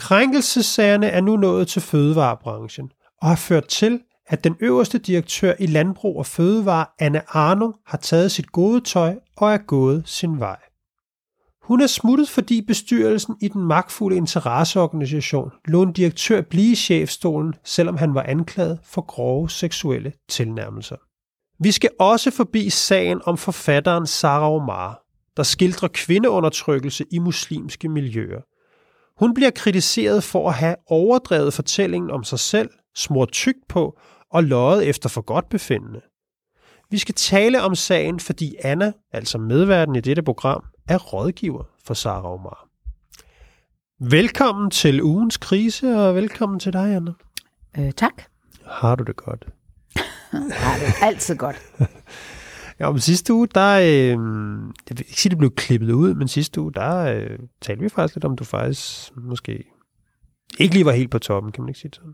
Krænkelsessagerne er nu nået til fødevarebranchen og har ført til, at den øverste direktør i Landbrug og Fødevare, Anne Arno, har taget sit gode tøj og er gået sin vej. Hun er smuttet, fordi bestyrelsen i den magtfulde interesseorganisation lod en direktør blive i chefstolen, selvom han var anklaget for grove seksuelle tilnærmelser. Vi skal også forbi sagen om forfatteren Sara Omar, der skildrer kvindeundertrykkelse i muslimske miljøer. Hun bliver kritiseret for at have overdrevet fortællingen om sig selv, smurt tykt på og løjet efter forgodtbefindende. Vi skal tale om sagen, fordi Anna, altså medværten i dette program, er rådgiver for Sara Omar. Velkommen til ugens krise, og velkommen til dig, Anna. Tak. Har du det godt? Har det altid godt. Ja, om sidste uge, jeg vil ikke sige, det blev klippet ud, men sidste uge, talte vi faktisk lidt om, du faktisk måske ikke lige var helt på toppen, kan man ikke sige sådan?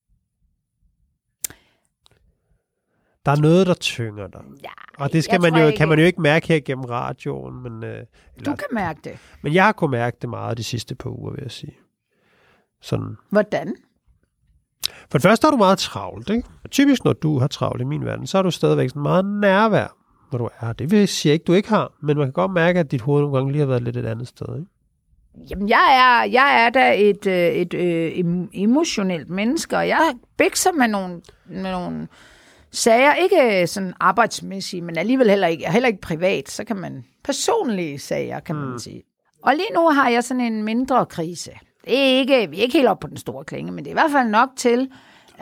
Der er noget, der tynger dig. Ja, og det kan man jo ikke mærke her gennem radioen. Men, du kan mærke det. Men jeg har kunnet mærke det meget de sidste par uger, vil jeg sige. Sådan. Hvordan? For det første har du meget travlt, ikke? Og typisk, når du har travlt i min verden, så er du stadigvæk sådan meget nærvær, når du er. Det vil jeg sige ikke, du ikke har. Men man kan godt mærke, at dit hoved nogle gange lige har været lidt et andet sted, ikke? Jamen, jeg er da et emotionelt menneske, og jeg bikser med nogle sager, ikke sådan arbejdsmæssige, men alligevel heller ikke privat, så kan man personlige sager, kan man sige. Og lige nu har jeg sådan en mindre krise. Vi er ikke helt oppe på den store klinge, men det er i hvert fald nok til,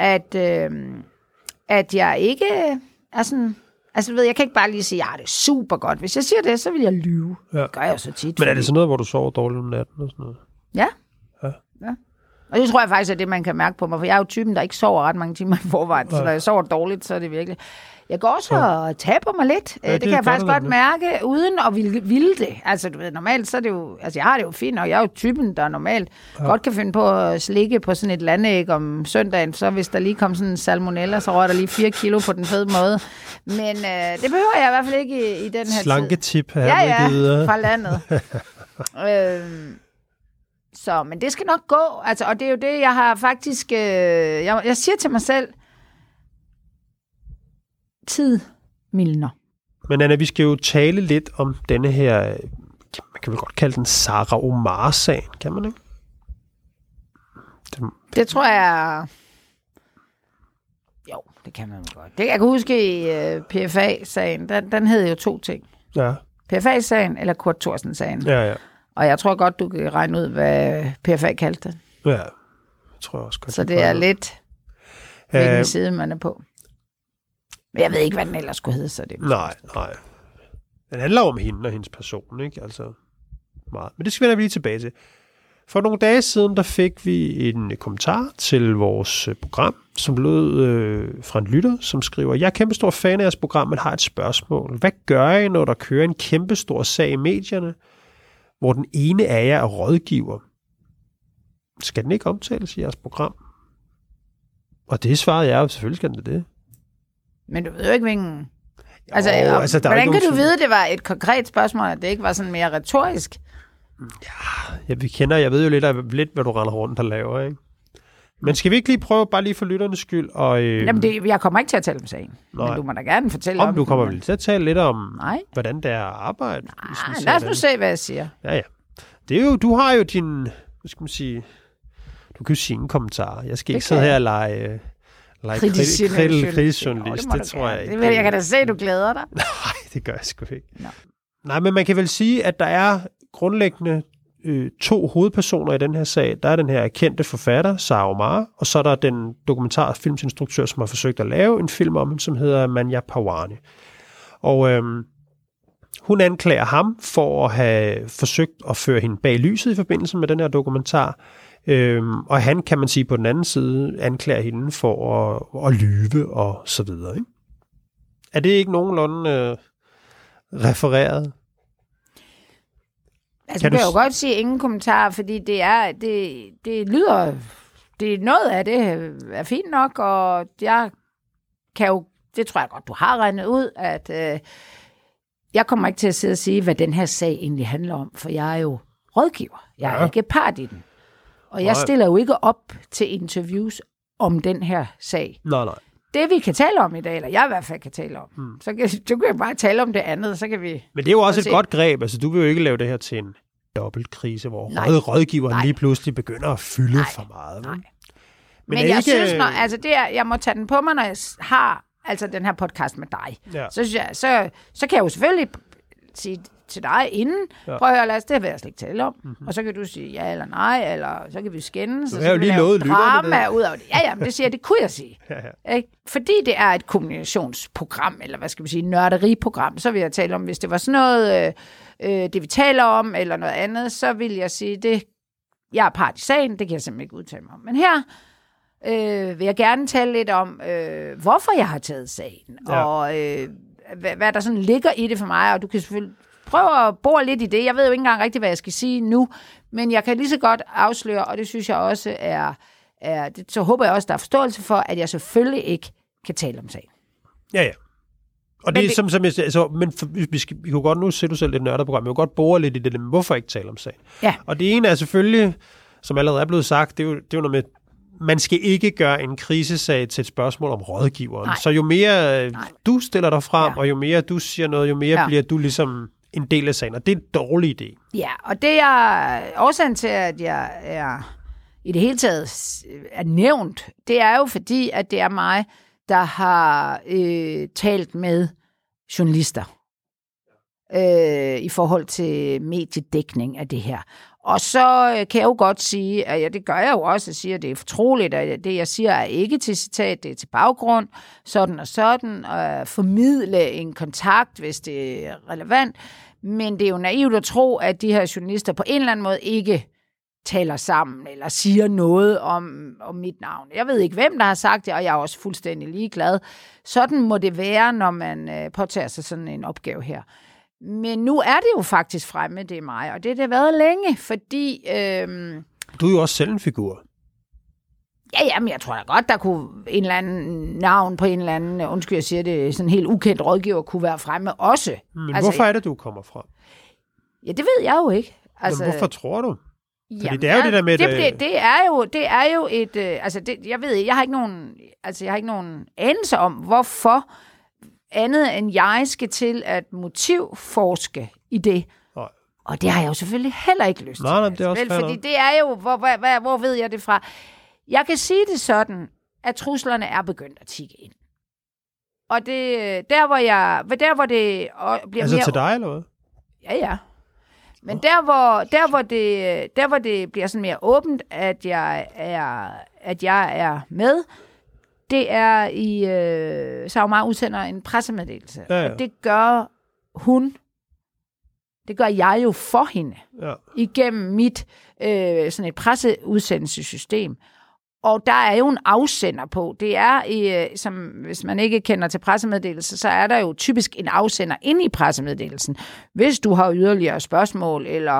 at jeg ikke er sådan. Altså, jeg kan ikke bare lige sige, det er super godt. Hvis jeg siger det, så vil jeg lyve. Ja. Det gør jeg så tit. Men er det sådan noget, hvor du sover dårligt om natten og sådan noget? Ja. Og det tror jeg faktisk er det, man kan mærke på mig, for jeg er jo typen, der ikke sover ret mange timer i forvejen, så når jeg sover dårligt, så er det virkelig. Jeg går også og taber mig lidt. Ja, det kan jeg faktisk godt mærke, uden at ville det. Altså, du ved, normalt, så er det jo, altså jeg har det jo fint, og jeg er jo typen, der normalt godt kan finde på at slikke på sådan et landæg om søndagen, så hvis der lige kom sådan en salmonella, så rører der lige 4 kilo på den fede måde. Men det behøver jeg i hvert fald ikke i den her Slanketip her. Ja, fra landet. Så, men det skal nok gå, altså, og det er jo det, jeg har faktisk, jeg siger til mig selv, tid mildner. Men Anna, vi skal jo tale lidt om denne her, man kan vel godt kalde den Sara Omar-sagen, kan man ikke? Det tror jeg, jo, det kan man godt. Jeg kan huske i PFA-sagen, den hed jo 2 ting. Ja. PFA-sagen eller Kurt Thorsen-sagen. Ja. Og jeg tror godt, du kan regne ud, hvad PFA kaldte det. Ja, jeg tror også godt. Så det er lidt, hvilken side man er på. Men jeg ved ikke, hvad den ellers skulle hedde, så det. Nej. Den handler om hende og hendes person, ikke? Altså, meget. Men det skal vi lige tilbage til. For nogle dage siden, der fik vi en kommentar til vores program, som lød fra en lytter, som skriver, jeg er kæmpestor fan af jeres program, men har et spørgsmål. Hvad gør I, når der kører en kæmpestor sag i medierne, hvor den ene af jer er rådgiver? Skal den ikke omtales i jeres program? Og det svarede jeg jo, selvfølgelig skal den det. Men du ved jo ikke, hvilken. Altså, hvordan kan du vide, at det var et konkret spørgsmål, at det ikke var sådan mere retorisk? Ja, jeg ved jo lidt, hvad du render rundt og laver, ikke? Men skal vi ikke lige prøve, bare lige for lytternes skyld? Jamen, jeg kommer ikke til at tale om sagen. Nej. Men du må da gerne fortælle om du kommer vel til at tale lidt om, hvordan det er at arbejde? Nej, lad os nu se, hvad jeg siger. Ja. Det er jo, du har jo din, hvad skal man sige, du kan jo sige ingen kommentarer. Jeg skal ikke sidde her og lege kritisk journalist, det tror jeg ikke. Jeg kan da se, du glæder dig. Nej, det gør jeg sgu ikke. Nej, men man kan vel sige, at der er grundlæggende 2 hovedpersoner i den her sag. Der er den her kendte forfatter, Sara Omar, og så er der den dokumentarfilmsinstruktør, som har forsøgt at lave en film om hende, som hedder Manya Parwani. Og hun anklager ham for at have forsøgt at føre hende bag lyset i forbindelse med den her dokumentar. Og han, kan man sige, på den anden side anklager hende for at lyve og så videre. Ikke? Er det ikke nogenlunde refereret? Altså, du kan jo godt sige ingen kommentar, fordi det lyder, noget af det er fint nok, og jeg kan jo, det tror jeg godt, du har regnet ud, at jeg kommer ikke til at sidde og sige, hvad den her sag egentlig handler om, for jeg er jo rådgiver. Jeg er ikke part i den. Og jeg stiller jo ikke op til interviews om den her sag. Nej. Det vi kan tale om i dag, eller jeg i hvert fald kan tale om, så kan jeg bare tale om det andet, så kan vi... Men det er jo også et godt greb. Altså, du vil jo ikke lave det her til en dobbeltkrise, hvor rådgiveren lige pludselig begynder at fylde for meget. Nej. Men jeg synes, jeg må tage den på mig, når jeg har den her podcast med dig. Ja. Så kan jeg jo selvfølgelig sige til dig inden, prøv at høre, Lasse, det vil jeg slet ikke tale om. Og så kan du sige ja eller nej, eller så kan vi skændes. Du har jo lige lovet lytterne ud af det. Ja, men det kunne jeg sige. Fordi det er et kommunikationsprogram, eller hvad skal vi sige, nørderiprogram, så vil jeg tale om, hvis det var sådan noget, det vi taler om, eller noget andet, så vil jeg sige, det jeg er part i sagen, det kan jeg simpelthen ikke udtale mig om. Men her vil jeg gerne tale lidt om, hvorfor jeg har taget sagen, og hvad der sådan ligger i det for mig, og du kan selvfølgelig prøve at bore lidt i det. Jeg ved jo ikke engang rigtigt, hvad jeg skal sige nu, men jeg kan lige så godt afsløre, og det synes jeg også er det, så håber jeg også, der er forståelse for, at jeg selvfølgelig ikke kan tale om sagen. Ja. Og det er som jeg siger, men vi kan godt, nu ser du selv et nørderprogram, vi kan godt bore lidt i det, men hvorfor ikke tale om sagen? Ja. Og det ene er selvfølgelig, som allerede er blevet sagt, det er jo noget med, man skal ikke gøre en krisesag til et spørgsmål om rådgiveren. Så jo mere du stiller dig frem, og jo mere du siger noget, jo mere bliver du ligesom en del af sagen, og det er en dårlig idé. Ja, og det er årsagen til, at jeg er i det hele taget er nævnt, det er jo fordi, at det er mig, der har talt med journalister i forhold til mediedækning af det her. Og så kan jeg jo godt sige, at det gør jeg jo også, at sige, at det er fortroligt, at det, jeg siger, er ikke til citat, det er til baggrund, sådan og sådan, og formidle en kontakt, hvis det er relevant. Men det er jo naivt at tro, at de her journalister på en eller anden måde ikke taler sammen, eller siger noget om mit navn. Jeg ved ikke, hvem der har sagt det, og jeg er også fuldstændig ligeglad. Sådan må det være, når man påtager sig sådan en opgave her. Men nu er det jo faktisk fremme, det er mig, og det har været længe, fordi... Du er jo også selv en figur. Ja, men jeg tror da godt, der kunne en eller anden navn på en eller anden, undskyld, jeg siger det, sådan en helt ukendt rådgiver kunne være fremme også. Men hvorfor er det, du kommer fra? Ja, det ved jeg jo ikke. Altså, men hvorfor tror du? Fordi jamen, det er jo det der med... Det er jo et... jeg ved ikke, jeg har ikke nogen anelse om, hvorfor andet end jeg skal til at motivforske i det. Nej. Og det har jeg jo selvfølgelig heller ikke lyst til. Nej, det er også fordi det er jo... Hvor ved jeg det fra? Jeg kan sige det sådan, at truslerne er begyndt at tikke ind. Og det... Der, hvor det bliver altså mere... til dig, eller hvad? Ja. Men der, hvor det bliver sådan mere åbent, at jeg er med, det er i Saumar udsender en pressemeddelelse. Ja. Og det gør hun. Det gør jeg jo for hende. Ja. Igennem mit sådan et presseudsendelsessystem. Og der er jo en afsender på. Det er, som hvis man ikke kender til pressemeddelelse, så er der jo typisk en afsender inde i pressemeddelelsen. Hvis du har yderligere spørgsmål, eller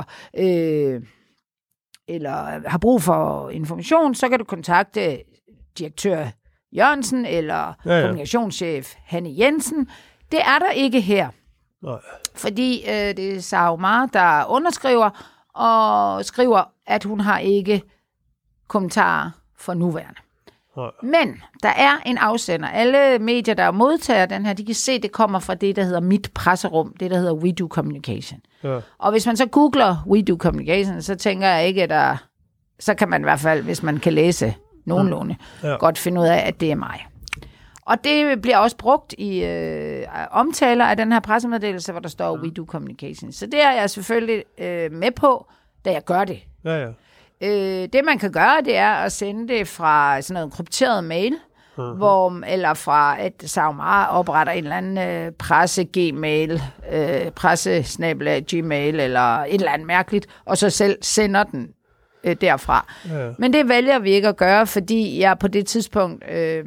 har brug for information, så kan du kontakte direktør Jørgensen, eller kommunikationschef Hanne Jensen. Det er der ikke her. Nej. Fordi det er Saumar, der underskriver, og skriver, at hun har ikke kommentarer for nuværende. Nej. Men der er en afsender. Alle medier, der modtager den her, de kan se, at det kommer fra det, der hedder Mit Presserum, det, der hedder We Do Communication. Ja. Og hvis man så googler We Do Communication, så tænker jeg ikke, at så kan man i hvert fald, hvis man kan læse nogenlunde, godt finde ud af, at det er mig. Og det bliver også brugt i omtaler af den her pressemeddelelse, hvor der står We Do Communication. Så det er jeg selvfølgelig med på, da jeg gør det. Ja. Det man kan gøre, det er at sende det fra sådan noget krypteret mail, eller fra at Saumar opretter en eller anden presse-gmail, presse-gmail, eller et eller andet mærkeligt, og så selv sender den derfra. Ja. Men det vælger vi ikke at gøre, fordi jeg på det tidspunkt,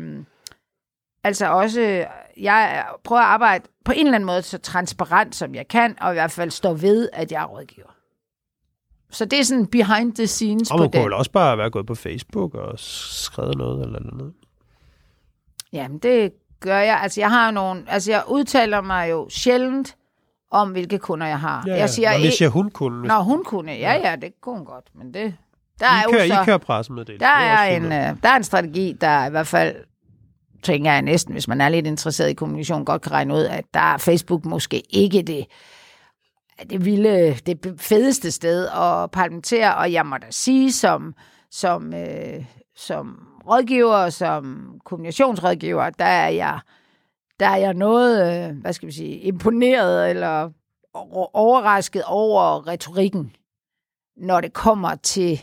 jeg prøver at arbejde på en eller anden måde så transparent som jeg kan, og i hvert fald stå ved, at jeg er rådgiver. Så det er sådan behind the scenes. Og man kunne vel også bare være gået på Facebook og skrevet noget eller noget. Jamen, det gør jeg. Altså, jeg har nogle... Altså, jeg udtaler mig jo sjældent om, hvilke kunder jeg har. Ja, jeg siger, hvis jeg hun kunne. Nå, hun kunne. Ja, det kunne hun godt. Men det I kører pressemeddelelse. Der er en strategi, der i hvert fald, tænker jeg næsten, hvis man er lidt interesseret i kommunikation, godt kan regne ud, at der er Facebook måske ikke det fedeste sted at parlamentere, og jeg må da sige, som rådgiver, som kommunikationsrådgiver, der er jeg noget, imponeret eller overrasket over retorikken, når det kommer til,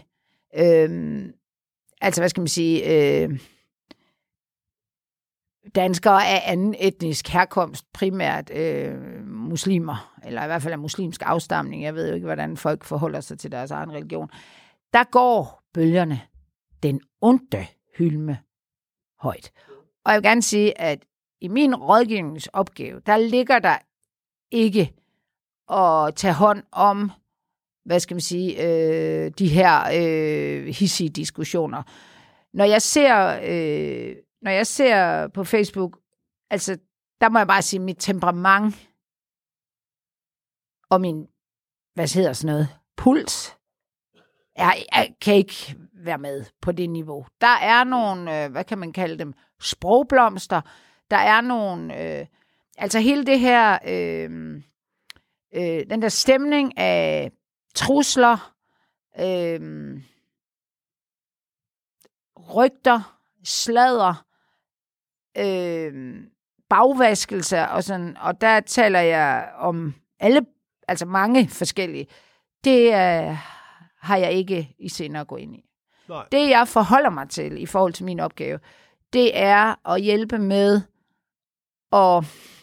danskere af anden etnisk herkomst, primært muslimer, eller i hvert fald af muslimsk afstamning. Jeg ved jo ikke, hvordan folk forholder sig til deres egen religion. Der går bølgerne den onde hylme højt. Og jeg vil gerne sige, at i min rådgivningsopgave, der ligger der ikke at tage hånd om, de her hissige diskussioner. Når jeg ser på Facebook, altså, der må jeg bare sige, mit temperament og min, puls, jeg kan ikke være med på det niveau. Der er nogle, hvad kan man kalde dem, sprogblomster. Der er nogle, hele det her, den der stemning af trusler, rygter, sladder, bagvaskelse og sådan, og der taler jeg om alle, altså mange forskellige. Det har jeg ikke i sinde at gå ind i. Nej. Det jeg forholder mig til i forhold til min opgave, det er at hjælpe med at,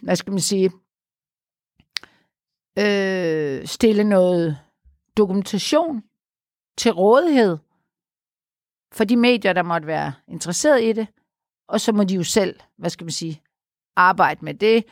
stille noget dokumentation til rådighed for de medier, der måtte være interesseret i det, og så må de jo selv, arbejde med det,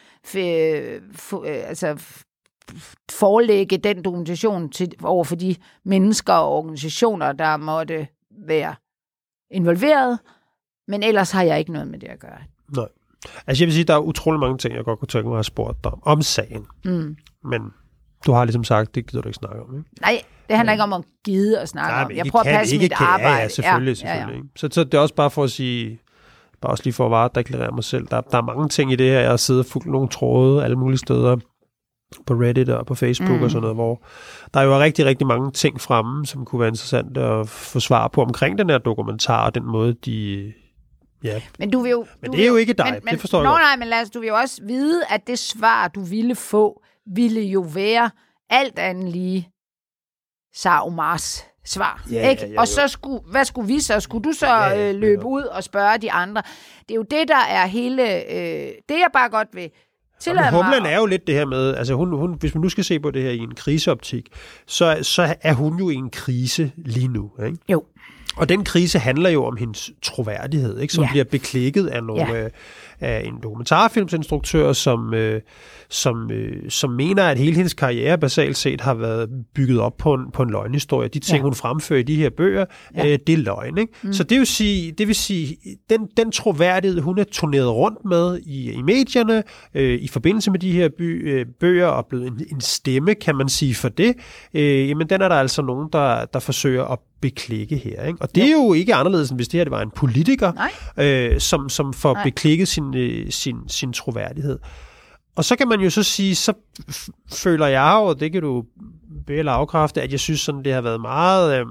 forelægge den dokumentation over for de mennesker og organisationer, der måtte være involveret, men ellers har jeg ikke noget med det at gøre. Nej. Altså jeg vil sige, der er utrolig mange ting, jeg godt kunne tænke mig at have spurgt dig om sagen. Men du har ligesom sagt, det gider du ikke snakke om, ikke? Nej, det handler ikke om at gide at snakke om. Jeg prøver at passe mit arbejde. Ja, selvfølgelig. Ja. Så det er også bare for at sige, bare også lige for at varedeklarere mig selv, der er mange ting i det her, jeg har siddet og fulgt nogle tråde alle mulige steder på Reddit og på Facebook og sådan noget, hvor der er jo rigtig, rigtig mange ting fremme, som kunne være interessant at få svar på omkring den her dokumentar, og den måde, de... Ja. Men det er jo ikke dig, det forstår jeg. Nej, men Lasse, du vil jo også vide, at det svar, du ville få, ville jo være alt andet lige Sara Omars svar. Ja, ikke? Ja, og så hvad skulle vi så? Skulle du så løbe ud og spørge de andre? Det er jo det, der er hele... det jeg bare godt vil tillade mig... Humlen er jo lidt det her med... Altså hun, hvis man nu skal se på det her i en kriseoptik, så er hun jo i en krise lige nu. Ikke? Jo. Og den krise handler jo om hendes troværdighed, ikke? Som bliver beklikket af af en dokumentarfilmsinstruktør, som mener, at hele hendes karriere basalt set har været bygget op på en løgnhistorie. De ting, hun fremfører i de her bøger, det er løgn. Ikke? Så det vil sige den troværdighed, hun er turneret rundt med i medierne, i forbindelse med de her bøger, og blevet en stemme, kan man sige, for det, jamen den er der altså nogen, der forsøger at beklikke her. Ikke? Og det er jo ikke anderledes, end hvis det her det var en politiker, som får beklikket sin troværdighed. Og så kan man jo så sige, så føler jeg jo, det kan du be eller afkræfte, at jeg synes sådan, det har været meget...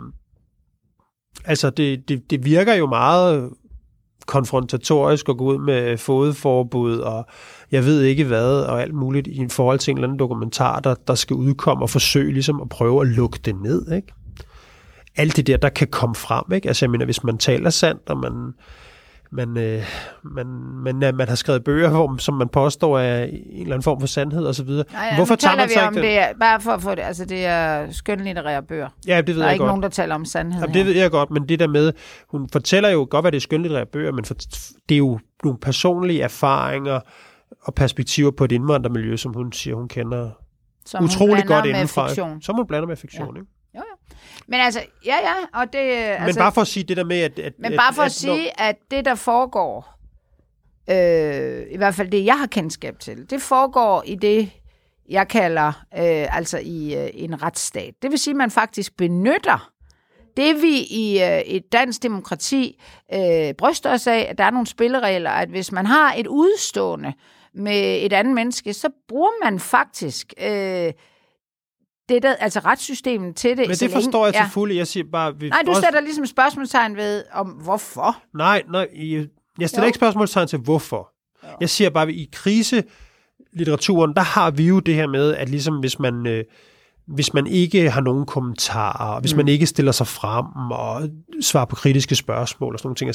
det virker jo meget konfrontatorisk at gå ud med fodforbud, og jeg ved ikke hvad, og alt muligt i forhold til en eller anden dokumentar, der skal udkomme og forsøge ligesom at prøve at lukke det ned, ikke? Alt det der kan komme frem, ikke? Altså jeg mener, hvis man taler sandt, og man har skrevet bøger, som man påstår er en eller anden form for sandhed og så videre. Hvorfor tager man så ikke det? Bare for at få det, altså det er skønlitterære bøger. Ja, det ved jeg godt. Der er ikke nogen, der taler om sandhed. Jamen, det ved jeg godt, men det der med, hun fortæller jo godt, hvad det er skønlitterære bøger, men det er jo nogle personlige erfaringer og perspektiver på et indvandrermiljø, som hun siger, hun kender som utrolig godt indenfra. Som hun blander med fiktion, ikke? Jo. Men altså, og det... Men bare for at sige det der med, at det, der foregår, i hvert fald det, jeg har kendskab til, det foregår i det, jeg kalder, i en retsstat. Det vil sige, at man faktisk benytter Det vi i et dansk demokrati bryster os af, at der er nogle spilleregler, at hvis man har et udstående med et andet menneske, så bruger man faktisk det der, altså retssystemet til det. Men det forstår jeg til fulde. Jeg siger bare... Nej, du sætter ligesom spørgsmålstegn ved, om hvorfor. Nej, jeg stiller ikke spørgsmålstegn til hvorfor. Jo. Jeg siger bare, at i kriselitteraturen, der har vi jo det her med, at ligesom hvis man ikke har nogen kommentarer, hvis man ikke stiller sig frem og svarer på kritiske spørgsmål og sådan nogle ting,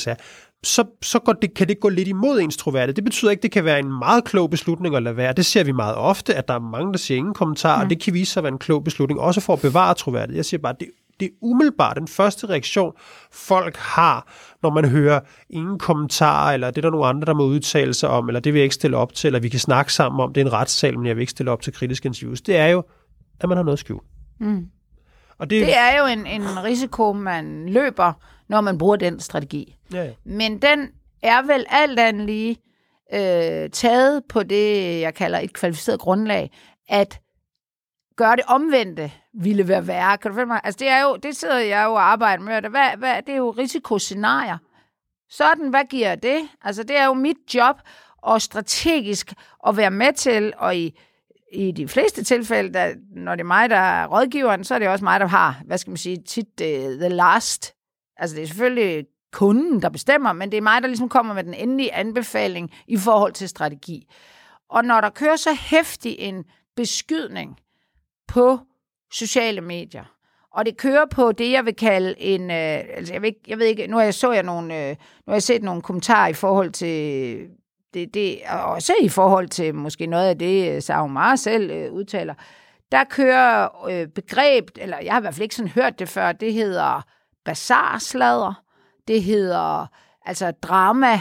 så kan det gå lidt imod ens troværdighed. Det betyder ikke, at det kan være en meget klog beslutning at lade være. Det ser vi meget ofte, at der er mange, der siger ingen kommentarer, og det kan vise sig at være en klog beslutning, også for at bevare troværdighed. Jeg siger bare, det er umiddelbart den første reaktion, folk har, når man hører ingen kommentarer, eller det er der nogle andre, der må udtale sig om, eller det vil jeg ikke stille op til, eller vi kan snakke sammen om, det er en retssal, men jeg vil ikke stille op til kritiske interviews. Det er jo, at man har noget skjult. Og det er jo en risiko, man løber, når man bruger den strategi. Ja. Men den er vel alt andet lige taget på det, jeg kalder et kvalificeret grundlag, at gøre det omvendte ville være værre. Kan du følge mig? Altså det sidder jeg jo og arbejder med. Det er jo risikoscenarier. Sådan, hvad giver det? Altså det er jo mit job og strategisk at være med til, og i de fleste tilfælde, når det er mig, der er rådgiveren, så er det også mig, der har, tit the last. Altså det er selvfølgelig kunden, der bestemmer, men det er mig, der ligesom kommer med den endelige anbefaling i forhold til strategi. Og når der kører så heftig en beskydning på sociale medier, og det kører på det, jeg vil kalde en... jeg ved ikke, nu har jeg set nogle kommentarer i forhold til... Det, og også i forhold til måske noget af det, Sahumar selv udtaler, der kører begreb, eller jeg har i hvert fald ikke sådan hørt det før, det hedder bazarsladder, det hedder altså drama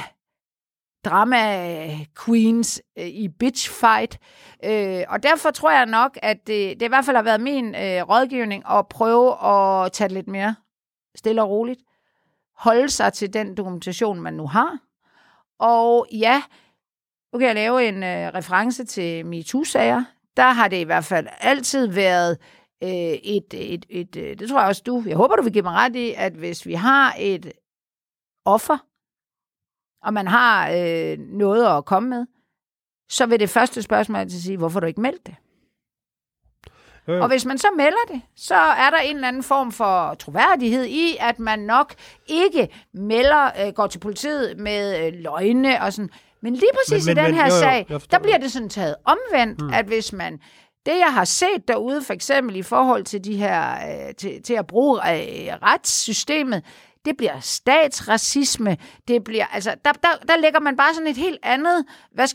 queens i bitch fight, og derfor tror jeg nok, at det i hvert fald har været min rådgivning at prøve at tage det lidt mere stille og roligt, holde sig til den dokumentation, man nu har, og ja, nu kan jeg lave en reference til MeToo-sager. Der har det i hvert fald altid været det tror jeg også jeg håber, du vil give mig ret i, at hvis vi har et offer, og man har noget at komme med, så vil det første spørgsmål at sige, hvorfor du ikke meldt det? Jo. Og hvis man så melder det, så er der en eller anden form for troværdighed i, at man nok ikke går til politiet med løgne og sådan. Men lige præcis i den her sag, der bliver det sådan taget omvendt, at hvis man, det jeg har set derude, for eksempel i forhold til de her, til at bruge retssystemet, det bliver statsracisme, det bliver, altså, der lægger man bare sådan et helt andet,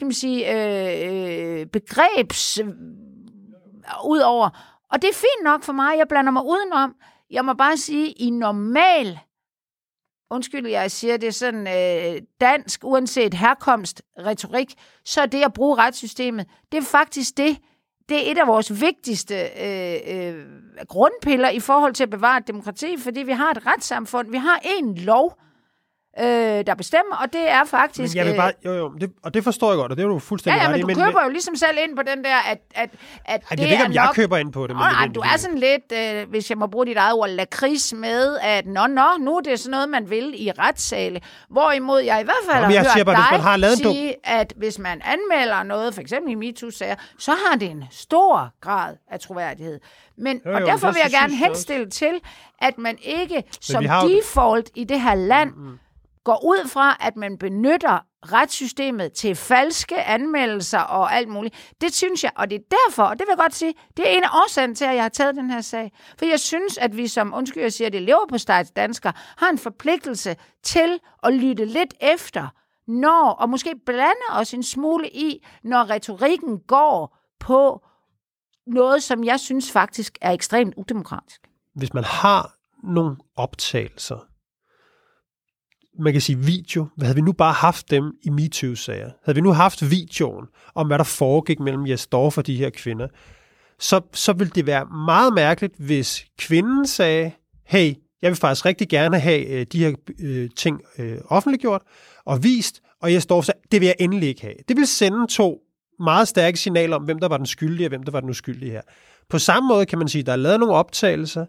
begrebs ud over. Og det er fint nok for mig, jeg blander mig udenom. Jeg må bare sige, i normal, undskyld, jeg siger det sådan dansk, uanset herkomst, retorik, så er det at bruge retssystemet, det er faktisk det er et af vores vigtigste grundpiller i forhold til at bevare et demokrati, fordi vi har et retssamfund, vi har en lov, der bestemmer, og det er faktisk... Men jeg vil bare, og det forstår jeg godt, og det er jo fuldstændig ret i. Men du køber jo ligesom selv ind på den der, at jeg ved ikke, om jeg køber ind på det. Men du er sådan lidt, hvis jeg må bruge dit eget ord, lakrids med, at nu er det sådan noget, man vil i retssale. Hvorimod jeg i hvert fald har hørt dig sige, at hvis man anmelder noget, for eksempel i MeToo-sager, så har det en stor grad af troværdighed. Og derfor vil jeg gerne henstille til, at man ikke som default i det her land går ud fra, at man benytter retssystemet til falske anmeldelser og alt muligt. Det synes jeg, og det er derfor, og det vil jeg godt sige, det er en af årsagen til, at jeg har taget den her sag. For jeg synes, at vi som, undskyld jeg siger, det leverpostejsdanskere, har en forpligtelse til at lytte lidt efter, og måske blande os en smule i, når retorikken går på noget, som jeg synes faktisk er ekstremt udemokratisk. Hvis man har nogle optagelser, man kan sige video, havde vi nu bare haft dem i MeToo-sager, havde vi nu haft videoen om, hvad der foregik mellem Jes Dorph og de her kvinder, så ville det være meget mærkeligt, hvis kvinden sagde, hey, jeg vil faktisk rigtig gerne have de her ting offentliggjort og vist, og Jes Dorph sagde, det vil jeg endelig ikke have. Det vil sende to meget stærke signaler om, hvem der var den skyldige, og hvem der var den uskyldige her. På samme måde kan man sige, at der er lavet nogle optagelser,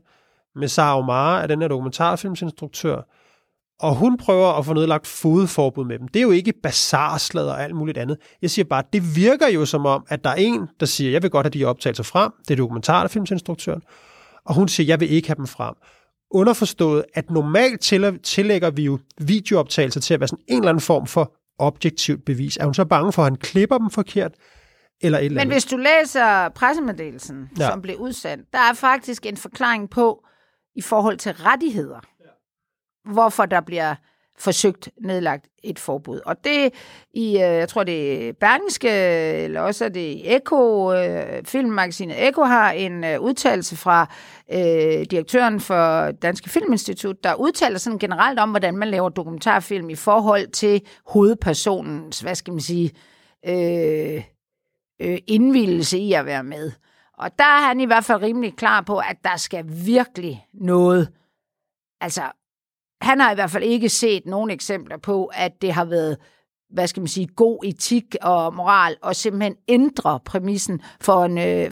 med Sara Omar, af den her dokumentarfilmsinstruktør, og hun prøver at få nedlagt fogedforbud med dem. Det er jo ikke bazarslader og alt muligt andet. Jeg siger bare, det virker jo som om, at der er en, der siger, jeg vil godt have de optagelser frem. Det er dokumentarfilmsinstruktøren. Og hun siger, jeg vil ikke have dem frem. Underforstået, at normalt tillægger vi jo videooptagelser til at være sådan en eller anden form for objektivt bevis. Er hun så bange for, at han klipper dem forkert? Eller et eller andet? Men hvis du læser pressemeddelelsen, som blev udsendt, der er faktisk en forklaring på, i forhold til rettigheder, hvorfor der bliver forsøgt nedlagt et forbud. Og det jeg tror det er Berlingske, eller også er det Eko, filmmagasinet Eko har en udtalelse fra direktøren for Danske Filminstitut, der udtaler sådan generelt om, hvordan man laver dokumentarfilm i forhold til hovedpersonens, hvad skal man sige, indvildelse i at være med. Og der er han i hvert fald rimelig klar på, at der skal virkelig noget. Altså, han har i hvert fald ikke set nogen eksempler på, at det har været, hvad skal man sige, god etik og moral, og simpelthen ændre præmissen for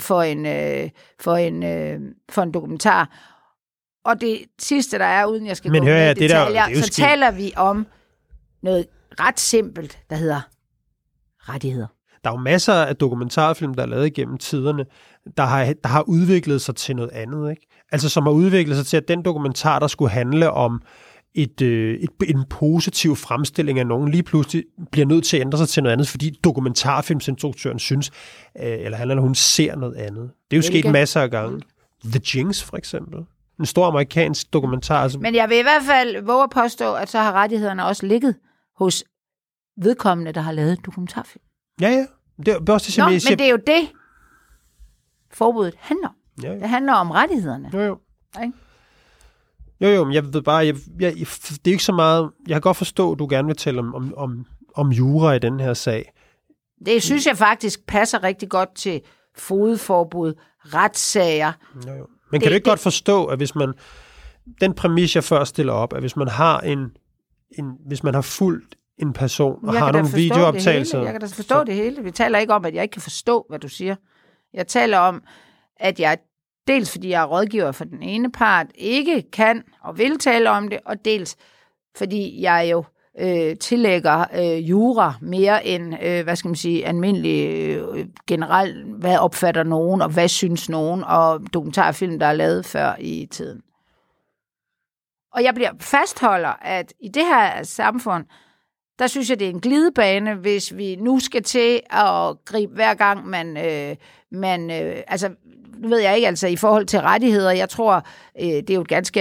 en dokumentar. Og det sidste, der er, uden jeg skal gå med detaljer, så taler vi om noget ret simpelt, der hedder rettigheder. Der er jo masser af dokumentarfilm, der er lavet igennem tiderne, der har udviklet sig til noget andet, ikke? Altså som har udviklet sig til, at den dokumentar, der skulle handle om en positiv fremstilling af nogen, lige pludselig bliver nødt til at ændre sig til noget andet, fordi dokumentarfilmsinstruktøren synes, eller han eller hun ser noget andet. Det er jo sket masser af gange. The Jinx, for eksempel. En stor amerikansk dokumentar. Altså. Men jeg vil i hvert fald våge at påstå, at så har rettighederne også ligget hos vedkommende, der har lavet dokumentarfilm. Ja. Det er også det, men det er jo det, forbuddet handler om. Ja. Det handler om rettighederne. Jo. Jo, men jeg ved bare, det er ikke så meget. Jeg kan godt forstå, at du gerne vil tale om jura i den her sag. Det synes jeg faktisk passer rigtig godt til fogedforbud, retssager. Jo. Men kan du ikke godt forstå, at hvis man, den præmis, jeg først stiller op, at hvis man har hvis man har fulgt en person og har nogle videooptagelser. Jeg kan da forstå det hele. Vi taler ikke om, at jeg ikke kan forstå, hvad du siger. Jeg taler om, at jeg dels fordi jeg er rådgiver for den ene part, ikke kan og vil tale om det, og dels fordi jeg jo tillægger jura mere end, hvad skal man sige, almindelig generelt, hvad opfatter nogen, og hvad synes nogen, og dokumentarfilm, der er lavet før i tiden. Og jeg bliver fastholder, at i det her samfund, der synes jeg, det er en glidebane, hvis vi nu skal til at gribe hver gang altså, nu ved jeg ikke, altså i forhold til rettigheder, jeg tror, det er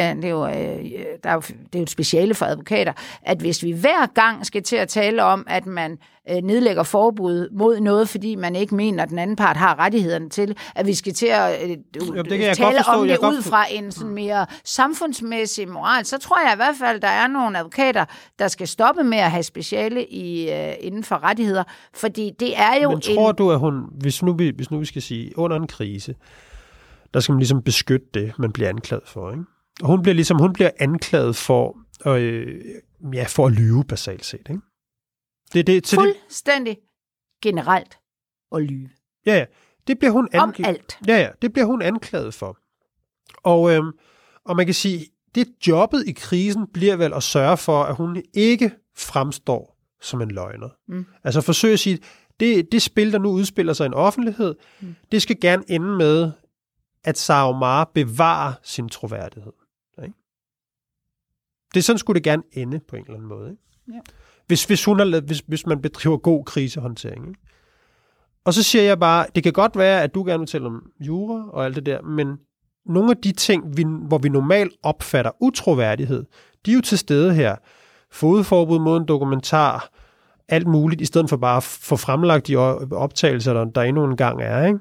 jo et speciale for advokater, at hvis vi hver gang skal til at tale om, at man nedlægger forbud mod noget, fordi man ikke mener, at den anden part har rettighederne til, at vi skal til at tale om det ud fra en sådan mere samfundsmæssig moral, så tror jeg i hvert fald, der er nogle advokater, der skal stoppe med at have speciale inden for rettigheder, fordi det er jo... Men tror du, at hun, hvis nu vi skal sige, under en krise, der skal man ligesom beskytte det, man bliver anklaget for, ikke? Og hun bliver anklaget for at lyve basalt set, ikke? Fuldstændig generelt at lyve. Ja, det bliver hun om alt. Ja, det bliver hun anklaget for. Og man kan sige, det jobbet i krisen bliver vel at sørge for, at hun ikke fremstår som en løgner. Altså forsøge at sige, det spil, der nu udspiller sig i en offentlighed, det skal gerne ende med, at Sara Omar bevarer sin troværdighed. Ikke? Det sådan skulle det gerne ende på en eller anden måde. Ikke? Ja. Hvis man bedriver god krisehåndtering. Ikke? Og så siger jeg bare, det kan godt være, at du gerne vil tale om jura og alt det der, men nogle af de ting, hvor vi normalt opfatter utroværdighed, de er jo til stede her. Fogedforbud mod en dokumentar, alt muligt, i stedet for bare at få fremlagt de optagelser, der endnu en gang er, ikke?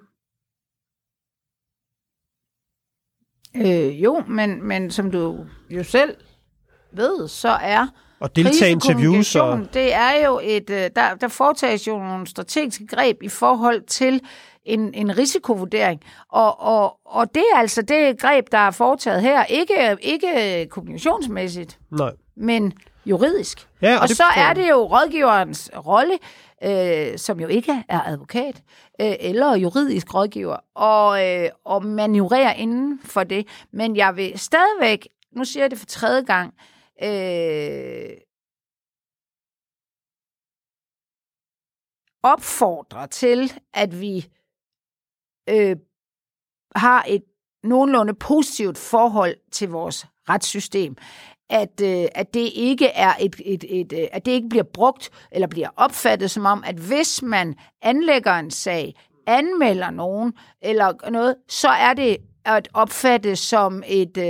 Jo, men som du jo selv ved, så er og deltage interviews det er jo der foretages jo nogle strategiske greb i forhold til en risikovurdering, og det er altså det greb, der er foretaget her, ikke kommunikationsmæssigt. Nej. men juridisk. Ja, og så er det jo rådgiverens rolle, som jo ikke er advokat, eller juridisk rådgiver, og manøvrere inden for det. Men jeg vil stadigvæk, nu siger jeg det for tredje gang, opfordre til, at vi har et nogenlunde positivt forhold til vores retssystem. At det ikke er at det ikke bliver brugt eller bliver opfattet som om, at hvis man anlægger en sag, anmelder nogen eller noget, så er det at opfatte som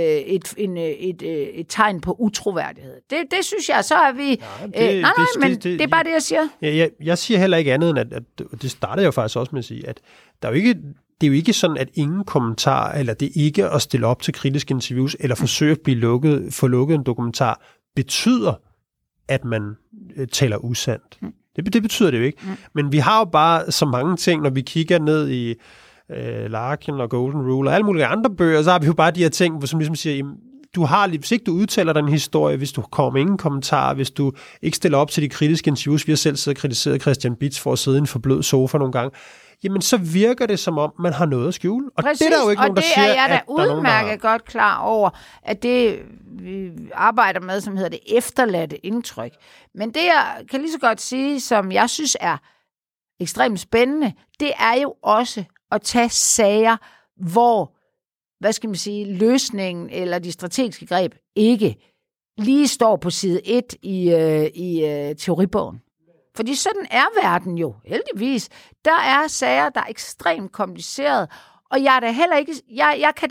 et tegn på utroværdighed. Det synes jeg, så er vi... Det er bare det, jeg siger. Jeg siger heller ikke andet end, at det starter jo faktisk også med at sige, at der er jo ikke... Det er jo ikke sådan, at ingen kommentar, eller det ikke at stille op til kritiske interviews, eller forsøge at få lukket en dokumentar, betyder, at man taler usandt. Det betyder det jo ikke. Men vi har jo bare så mange ting, når vi kigger ned i Larkin og Golden Rule og alle mulige andre bøger, så har vi jo bare de her ting, som ligesom siger, hvis ikke du udtaler den historie, hvis du kommer med ingen kommentar, hvis du ikke stiller op til de kritiske interviews, vi har selv siddet og kritiseret Christian Bitz for at sidde i en forblød sofa nogle gange, jamen så virker det som om, man har noget at skjule. Og præcis, det er der jo ikke nogen, der siger, at der er jeg da udmærket godt klar over, at det vi arbejder med, som hedder det efterladte indtryk. Men det jeg kan lige så godt sige, som jeg synes er ekstremt spændende, det er jo også at tage sager, hvor, hvad skal man sige, løsningen eller de strategiske greb ikke lige står på side 1 i teoribogen. Fordi sådan er verden jo, heldigvis. Der er sager, der er ekstremt komplicerede, og jeg er da heller ikke, jeg kan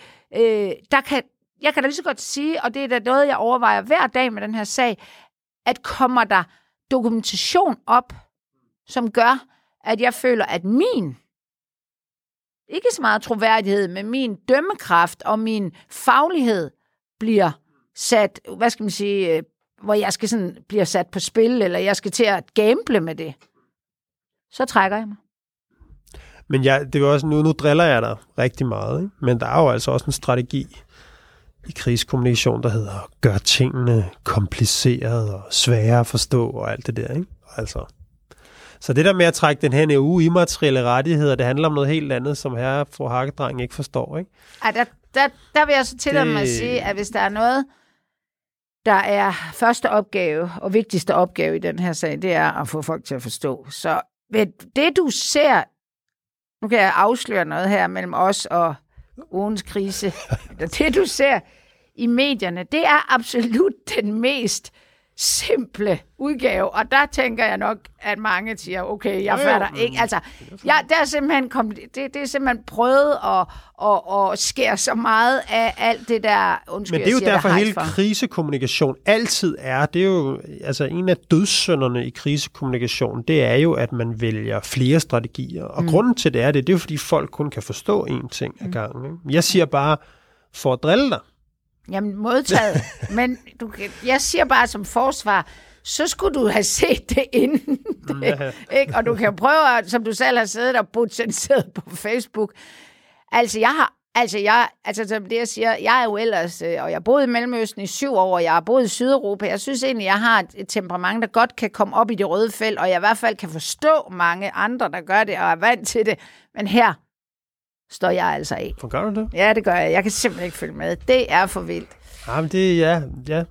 da lige så godt sige, og det er da noget, jeg overvejer hver dag med den her sag, at kommer der dokumentation op, som gør, at jeg føler, at min, ikke så meget troværdighed, men min dømmekraft og min faglighed bliver sat, hvad skal man sige, hvor jeg skal sådan bliver sat på spil, eller jeg skal til at gamble med det, så trækker jeg mig. Men det er jo også, nu driller jeg dig rigtig meget, ikke? Men der er jo altså også en strategi i krigskommunikation, der hedder gør tingene kompliceret og svære at forstå og alt det der, ikke? Altså. Så det der med at trække den her immaterielle rettigheder, det handler om noget helt andet, som herre fru Hakkedreng ikke forstår, ikke? Ej, der vil jeg så tillade mig at sige, at hvis der er noget, der er første opgave og vigtigste opgave i den her sag, det er at få folk til at forstå. Så det du ser, nu kan jeg afsløre noget her mellem os og ugens krise, det du ser i medierne, det er absolut den mest simple udgave, og der tænker jeg nok, at mange siger, okay, jeg fatter ikke. Altså, det er simpelthen prøvet at skære så meget af alt det der, undskyld, men det er jo derfor hele krisekommunikation altid er, det er jo, altså en af dødssynderne i krisekommunikation, det er jo, at man vælger flere strategier, og grunden til det er jo fordi folk kun kan forstå én ting ad gangen. Ikke? Jeg siger bare, for at drille dig. Jamen, modtaget. Men jeg siger bare som forsvar, så skulle du have set det inden. Ikke? Og du kan prøve, som du selv har siddet og botaniseret på Facebook. Jeg er jo ellers, og jeg boede i Mellemøsten i 7 år, og jeg har boet i Sydeuropa. Jeg synes egentlig, jeg har et temperament, der godt kan komme op i det røde felt, og jeg i hvert fald kan forstå mange andre, der gør det, og er vant til det. Men her står jeg altså af. For gør du det? Ja, det gør jeg. Jeg kan simpelthen ikke følge med. Det er for vildt. Jamen, det ja.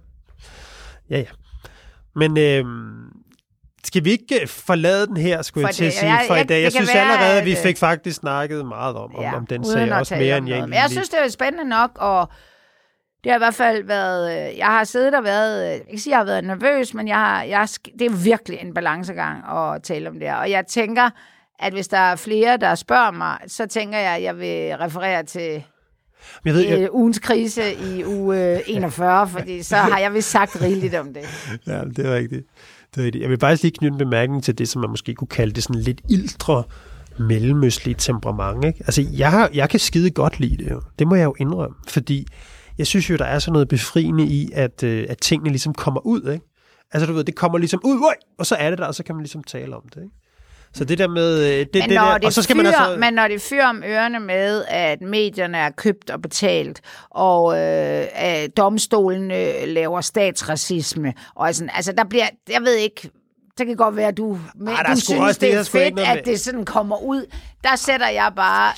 Men skal vi ikke forlade den her, skulle jeg til at sige, for i dag? Jeg synes allerede, at vi fik faktisk snakket meget om den sag, også mere end jeg. Men jeg synes, det er spændende nok, og det har i hvert fald været, jeg har siddet og været, jeg kan sige, jeg har været nervøs, men det er virkelig en balancegang at tale om det. Og jeg tænker, at hvis der er flere, der spørger mig, så tænker jeg, at jeg vil referere til ugens krise i uge 41, fordi så har jeg vist sagt rigeligt om det. Ja, det er rigtigt. Jeg vil faktisk lige knytte en bemærkning til det, som man måske kunne kalde det sådan lidt ildre mellemøstlige temperament. Ikke? Altså, jeg kan skide godt lide det jo. Det må jeg jo indrømme, fordi jeg synes jo, der er sådan noget befriende i, at tingene ligesom kommer ud. Ikke? Altså, du ved, det kommer ligesom ud, og så er det der, og så kan man ligesom tale om det. Ikke? Så det der med... Men når det fyrer om ørerne med, at medierne er købt og betalt, og domstolen laver statsracisme, og sådan, altså der bliver... Jeg ved ikke... Det kan godt være, at du synes, det er fedt, at det sådan kommer ud. Der sætter jeg bare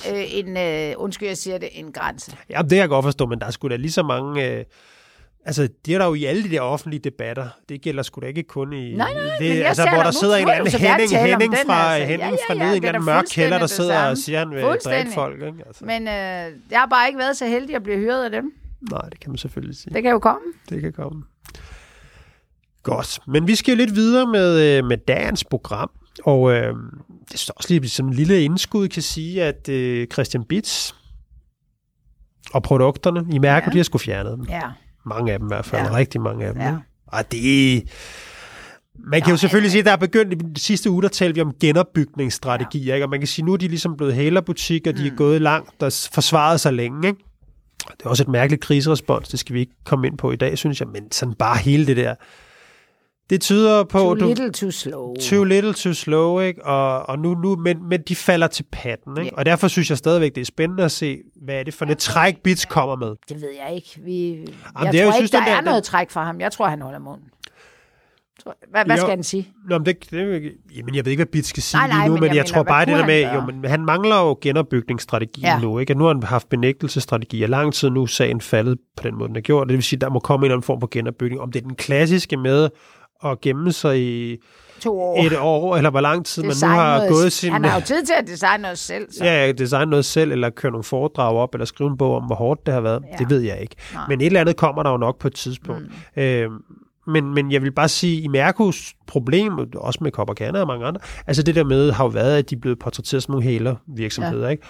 en grænse. Ja, det kan jeg godt forstå, men der er sgu da lige så mange... Altså, det er der jo i alle de der offentlige debatter. Det gælder sgu da ikke kun i... Nej, altså, hvor der sidder en eller anden Henning fra nede i en eller anden mørk kælder, der sidder og siger, han vil dræbe folk. Ikke? Altså. Men jeg har bare ikke været så heldig at blive hyret af dem. Nej, det kan man selvfølgelig sige. Det kan jo komme. Det kan komme. Godt. Men vi skal jo lidt videre med dagens program. Og det står også lige som en lille indskud, kan sige, at Christian Bitz og produkterne i Mærko, de har sgu fjernet dem. Ja. Mange af dem i hvert fald. Rigtig mange af dem. Ja. Og man kan jo selvfølgelig sige, at der er begyndt i de sidste uge, der talte vi om genopbygningsstrategier. Ikke? Og man kan sige, at nu er de ligesom blevet hælerbutik, og de er gået langt og forsvaret sig længe. Ikke? Det er også et mærkeligt kriserespons, det skal vi ikke komme ind på i dag, synes jeg. Men sådan bare hele det der. Det tyder på... Too little too slow. Too little too slow, ikke? Og nu men de falder til patten, ikke? Yeah. Og derfor synes jeg stadigvæk, det er spændende at se, hvad er det for et træk, Bitz kommer med. Det ved jeg ikke. Jeg tror ikke, der er noget træk fra ham. Jeg tror, han holder munden. Hvad skal han sige? Nå, men jamen, jeg ved ikke, hvad Bitz skal sige lige nu, men jeg tror bare, det der med... men han mangler jo genopbygningsstrategi nu, ikke? Og nu har han haft benægtelsesstrategi i lang tid, nu sagen faldet på den måde, den er gjort. Det vil sige, der må komme en eller anden form for genopbygning. Om det er den klassiske med at gemme sig i 2 år. 1 år, eller hvor lang tid man nu har gået sin... Han har jo tid til at designe noget selv. Så. Ja, designe noget selv, eller køre nogle foredrag op, eller skrive en bog om, hvor hårdt det har været. Ja. Det ved jeg ikke. Nej. Men et eller andet kommer der jo nok på et tidspunkt. Men jeg vil bare sige, i Mærkos problem, også med Copacabana og mange andre, altså det der med har jo været, at de er blevet portrætteret som nogle hælervirksomheder, ikke?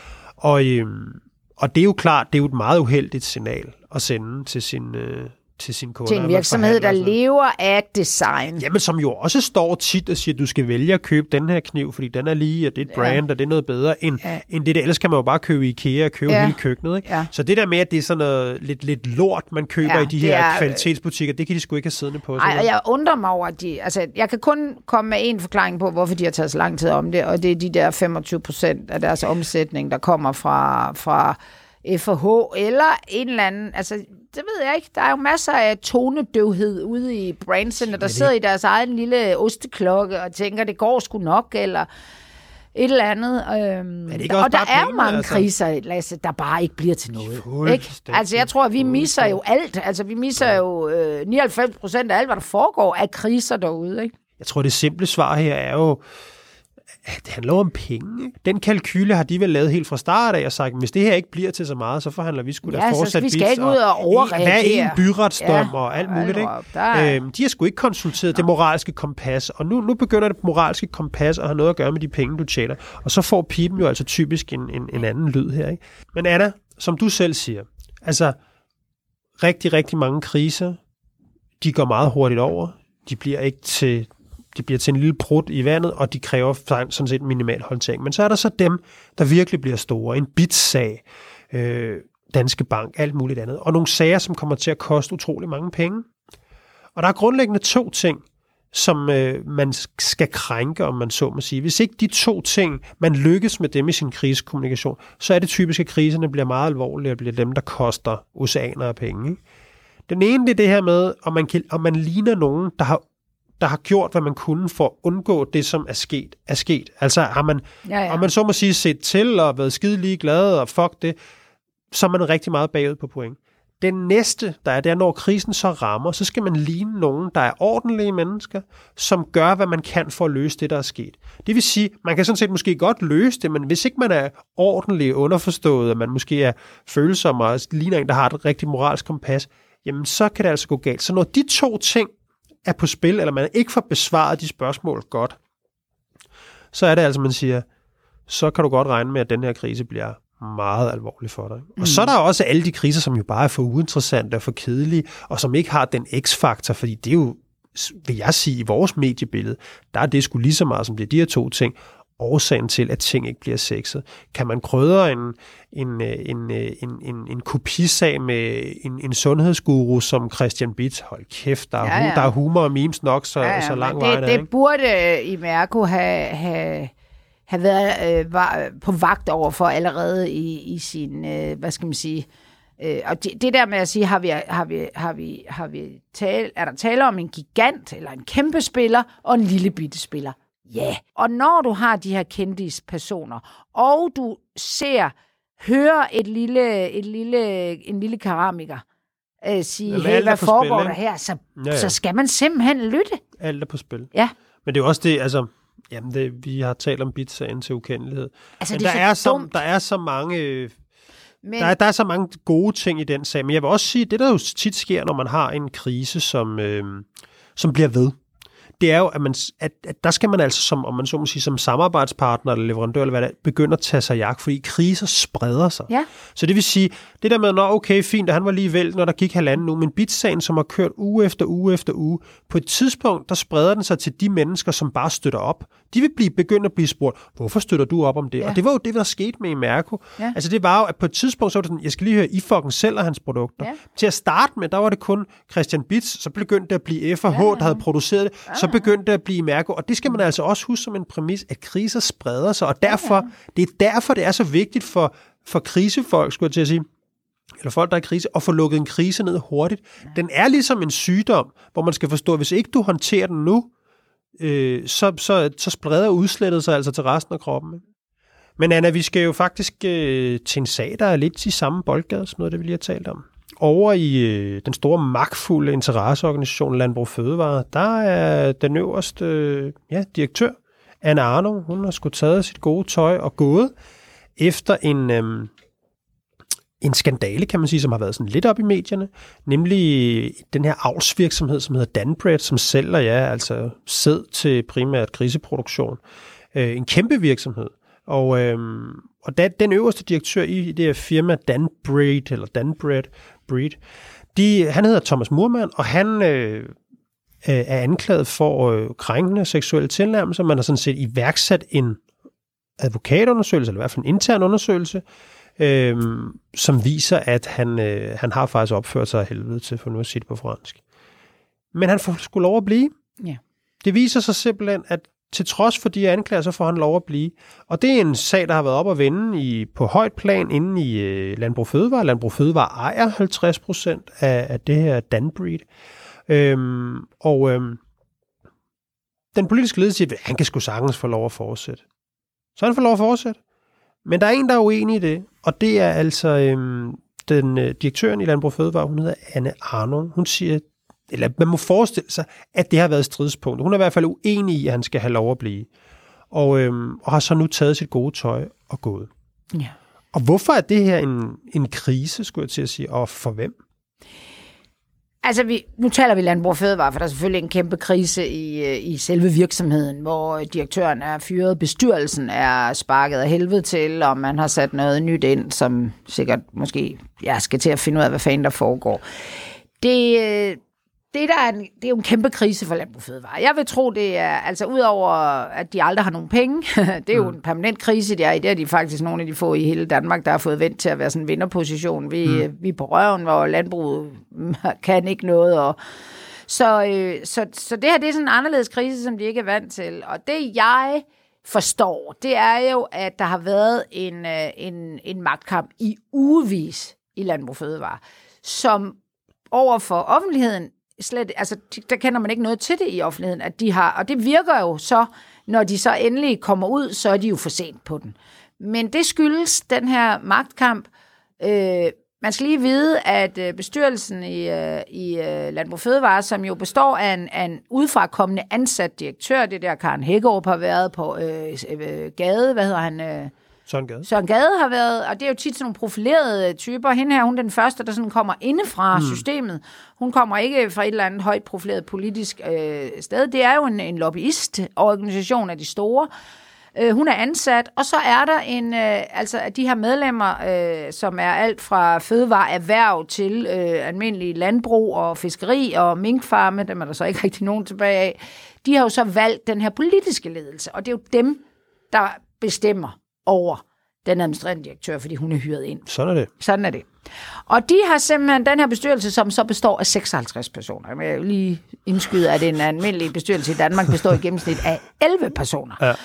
Og det er jo klart, det er jo et meget uheldigt signal at sende til sin kunder. Til en virksomhed, der lever af design. Jamen, som jo også står tit og siger, at du skal vælge at købe den her kniv, fordi den er lige, og det er et brand, og det er noget bedre, end det der. Ellers kan man jo bare købe i IKEA og købe hele køkkenet. Ikke? Ja. Så det der med, at det er sådan noget lidt lort, man køber i de her kvalitetsbutikker, det kan de sgu ikke have siddende på. Nej, og jeg undrer mig over, at jeg kan kun komme med en forklaring på, hvorfor de har taget så lang tid om det, og det er de der 25% af deres omsætning, der kommer fra FH eller en eller anden, altså det ved jeg ikke, der er jo masser af tonedøvhed ude i brandsene, der sidder i deres egen lille osteklokke og tænker, det går sgu nok, eller et eller andet. Og der er jo mange kriser, Lasse, der bare ikke bliver til noget. Ikke? Altså jeg tror, vi misser jo alt, altså vi misser jo 99% af alt, hvad der foregår af kriser derude. Ikke? Jeg tror, det simple svar her er jo, det handler om penge. Den kalkyle har de vel lavet helt fra start af og sagt, hvis det her ikke bliver til så meget, så forhandler vi sgu da fortsat. Vi skal ikke ud og overreagere. Hvad er en byretsdom og alt muligt, ikke? De har sgu ikke konsulteret det moralske kompas, og nu begynder det moralske kompas at have noget at gøre med de penge, du tjener. Og så får pipen jo altså typisk en anden lyd her, ikke? Men Anna, som du selv siger, altså rigtig, rigtig mange kriser, de går meget hurtigt over. De bliver til en lille prut i vandet, og de kræver sådan set minimal håndtering. Men så er der så dem, der virkelig bliver store. En Bitz-sag, Danske Bank, alt muligt andet. Og nogle sager, som kommer til at koste utrolig mange penge. Og der er grundlæggende 2 ting, som man skal krænke, om man så må sige. Hvis ikke de 2 ting, man lykkes med dem i sin krisekommunikation, så er det typisk, at kriserne bliver meget alvorlige, og bliver dem, der koster oceaner af penge. Ikke? Den ene, det er det her med, om man ligner nogen, der har gjort, hvad man kunne for at undgå det, som er sket. Altså har man, om man så må sige, set til og været skide ligeglad og fuck det, så er man rigtig meget bagud på point. Den næste, der er der, når krisen så rammer, så skal man ligne nogen, der er ordentlige mennesker, som gør, hvad man kan for at løse det, der er sket. Det vil sige, man kan sådan set måske godt løse det, men hvis ikke man er ordentlig underforstået, og man måske er følsom og ligner en, der har et rigtig moralsk kompas, jamen så kan det altså gå galt. Så når de 2 ting er på spil, eller man ikke får besvaret de spørgsmål godt, så er det altså, man siger, så kan du godt regne med, at den her krise bliver meget alvorlig for dig. Og så er der også alle de kriser, som jo bare er for uinteressante og for kedelige, og som ikke har den x-faktor, fordi det er jo, vil jeg sige, i vores mediebillede, der er det sgu lige så meget, som det er de her 2 ting, årsagen til, at ting ikke bliver sexet. Kan man krydre en kopisag med en sundhedsguru som Christian Bitz? Hold kæft, der er humor og memes nok så lang vej. Det burde i Mærko have var på vagt over for allerede i sin, hvad skal man sige, og det der med at sige, er der tale om en gigant eller en kæmpe spiller og en lille bitte spiller? Ja. Og når du har de her kendispersoner, og du hører en lille keramiker sige, hey, hvad foregår der her, så skal man simpelthen lytte. Alt er på spil. Ja. Men det er også det, altså, vi har talt om Bit-sagen til ukendelighed. Altså, men der er så mange... Der er så mange gode ting i den sag, men jeg vil også sige, det der jo tit sker, når man har en krise, som bliver ved, det er jo, at der skal man altså, som samarbejdspartner eller leverandør, eller hvad det er, begynde at tage sig jagt, fordi kriser spreder sig. Ja. Så det vil sige, det der med, okay, fint, at han var lige vælt, når der gik 1,5 uge, men Bit-sagen, som har kørt uge efter uge, på et tidspunkt, der spreder den sig til de mennesker, som bare støtter op. De vil begynde at blive spurgt, hvorfor støtter du op om det? Ja. Og det var jo det, der skete med Imerco. Ja. Altså det var jo, at på et tidspunkt, så var det sådan, jeg skal lige høre, I fucking sælger hans produkter. Ja. Til at starte med, der var det kun Christian Bitz, så begyndte det at blive F&H, der havde produceret det, så begyndte det at blive Imerco. Og det skal man altså også huske som en præmis, at kriser spreder sig, og derfor, det er derfor, det er så vigtigt for krisefolk, skulle jeg til at sige, eller folk, der er i krise, at få lukket en krise ned hurtigt. Den er ligesom en sygdom, hvor man skal forstå, at hvis ikke du håndterer den nu, så spreder udslættet sig altså til resten af kroppen. Men Anna, vi skal jo faktisk til en sag, der er lidt i samme boldgade, som noget, det vi lige har talt om. Over i den store magtfulde interesseorganisation Landbrug Fødevare, der er den øverste direktør, Anne Arnov, hun har sgu taget sit gode tøj og gået efter en skandale, kan man sige, som har været sådan lidt op i medierne, nemlig den her avlsvirksomhed, som hedder Danbred, som sælger altså sæd til primært griseproduktion. En kæmpe virksomhed. Og den øverste direktør i det her firma, Danbred, han hedder Thomas Murmann, og han er anklaget for krænkende seksuelle tilnærmelser. Man har sådan set iværksat en advokatundersøgelse, eller i hvert fald en intern undersøgelse, som viser, at han har faktisk opført sig af helvede til, for nu at sige det på fransk. Men han får sgu lov at blive. Ja. Det viser sig simpelthen, at til trods for de anklager, så får han lov at blive. Og det er en sag, der har været op at vende på højt plan inde i Landbrug Fødevare. Landbrug Fødevare ejer 50% af det her Danbred. Den politiske ledelse siger, at han kan sgu sagtens få lov at fortsætte. Så han får lov at fortsætte. Men der er en, der er uenig i det, og det er altså den direktøren i Landbrug Fødevare, hun hedder Anne Arnov. Hun siger, eller man må forestille sig, at det har været stridspunkt. Hun er i hvert fald uenig i, at han skal have lov at blive. Og har så nu taget sit gode tøj og gået. Ja. Og hvorfor er det her en krise, skulle jeg til at sige, og for hvem? Altså, nu taler vi Landbrug Fødevare, for der er selvfølgelig en kæmpe krise i selve virksomheden, hvor direktøren er fyret, bestyrelsen er sparket af helvede til, og man har sat noget nyt ind, som sikkert måske skal til at finde ud af, hvad fanden der foregår. Det er jo en kæmpe krise for Landbrug Fødevare. Jeg vil tro, det er, altså udover at de aldrig har nogen penge, det er jo en permanent krise, det er de faktisk nogle af de få i hele Danmark, der har fået vendt til at være sådan en vinderposition. Vi er på røven, hvor landbruget kan ikke noget. Og så det her, det er sådan en anderledes krise, som de ikke er vant til. Og det jeg forstår, det er jo, at der har været en magtkamp i ugevis i Landbrug Fødevare, som over for offentligheden slet, altså der kender man ikke noget til det i offentligheden, at de har, og det virker jo så, når de så endelig kommer ud, så er de jo for sent på den. Men det skyldes den her magtkamp. Man skal lige vide, at bestyrelsen i Landbrug Fødevare, som jo består af en udefrakommende ansat direktør, det der Karen Hækkerup har været på Gade, hvad hedder han? Søren Gade har været, og det er jo tit sådan nogle profilerede typer. Hende her, hun er den første, der sådan kommer indefra systemet. Hun kommer ikke fra et eller andet højt profileret politisk sted. Det er jo en lobbyistorganisation af de store. Hun er ansat, og så er der altså de her medlemmer, som er alt fra fødevareerhverv til almindelig landbrug og fiskeri og minkfarme, dem er der så ikke rigtig nogen tilbage af. De har jo så valgt den her politiske ledelse, og det er jo dem, der bestemmer over den administrerende direktør, fordi hun er hyret ind. Sådan er det. Og de har simpelthen den her bestyrelse, som så består af 56 personer. Jeg vil jo lige indskyde, at en almindelig bestyrelse i Danmark består i gennemsnit af 11 personer. Ja.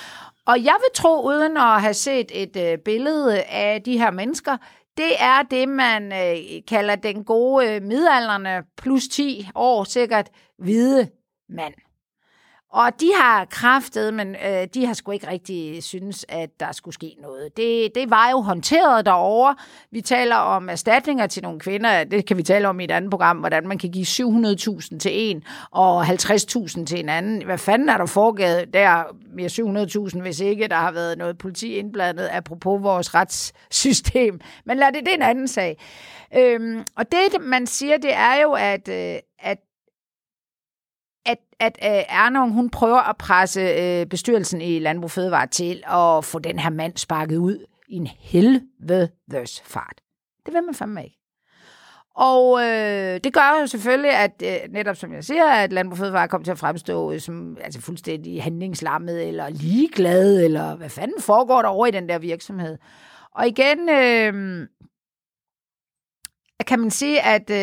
Og jeg vil tro, uden at have set et billede af de her mennesker, det er det, man kalder den gode midaldrende plus 10 år sikkert hvide mand. Og de har kraftet, men de har sgu ikke rigtig synes, at der skulle ske noget. Det var jo håndteret derovre. Vi taler om erstatninger til nogle kvinder. Det kan vi tale om i et andet program, hvordan man kan give 700.000 til en og 50.000 til en anden. Hvad fanden er der foregået der med 700.000, hvis ikke der har været noget politi indblandet, apropos vores retssystem. Men lad det er en anden sag. Og det, man siger, det er jo, at Ernung, hun prøver at presse bestyrelsen i Landbrug Fødevare til at få den her mand sparket ud i en helvedes fart. Det vil man fandme ikke. Og det gør jo selvfølgelig, at netop som jeg siger, at Landbrug Fødevare kommer til at fremstå som altså fuldstændig handlingslammet eller ligeglad, eller hvad fanden foregår der over i den der virksomhed. Og igen kan man sige,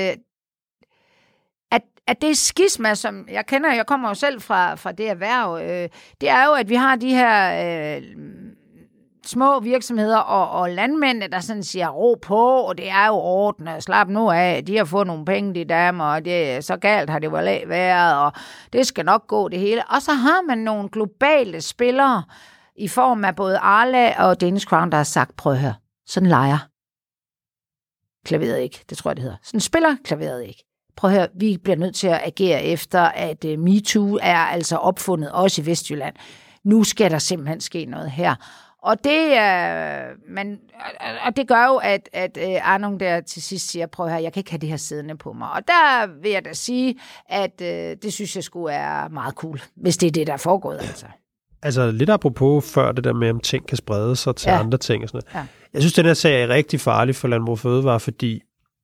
at det skisma, som jeg kommer jo selv fra det erhverv, det er jo, at vi har de her små virksomheder og landmændene, der sådan siger ro på, og det er jo orden, og slap nu af, de har fået nogle penge, de damer, og det så galt har det været, og det skal nok gå det hele. Og så har man nogle globale spillere i form af både Arla og Danish Crown, der har sagt, prøv at høre, sådan leger klaveret ikke, det tror jeg, det hedder. Sådan spiller klaveret ikke. Prøv at høre, vi bliver nødt til at agere efter, at MeToo er altså opfundet også i Vestjylland. Nu skal der simpelthen ske noget her. Og det gør jo, at Ernung der til sidst siger, prøv at høre, jeg kan ikke have det her siddende på mig. Og der vil jeg da sige, at det synes jeg sgu er meget cool, hvis det er det, der er foregået. Altså lidt apropos før det der med, om ting kan sprede sig til andre ting og sådan noget. Ja. Jeg synes, den her sag er rigtig farlig for Landbrug Fødevare, fordi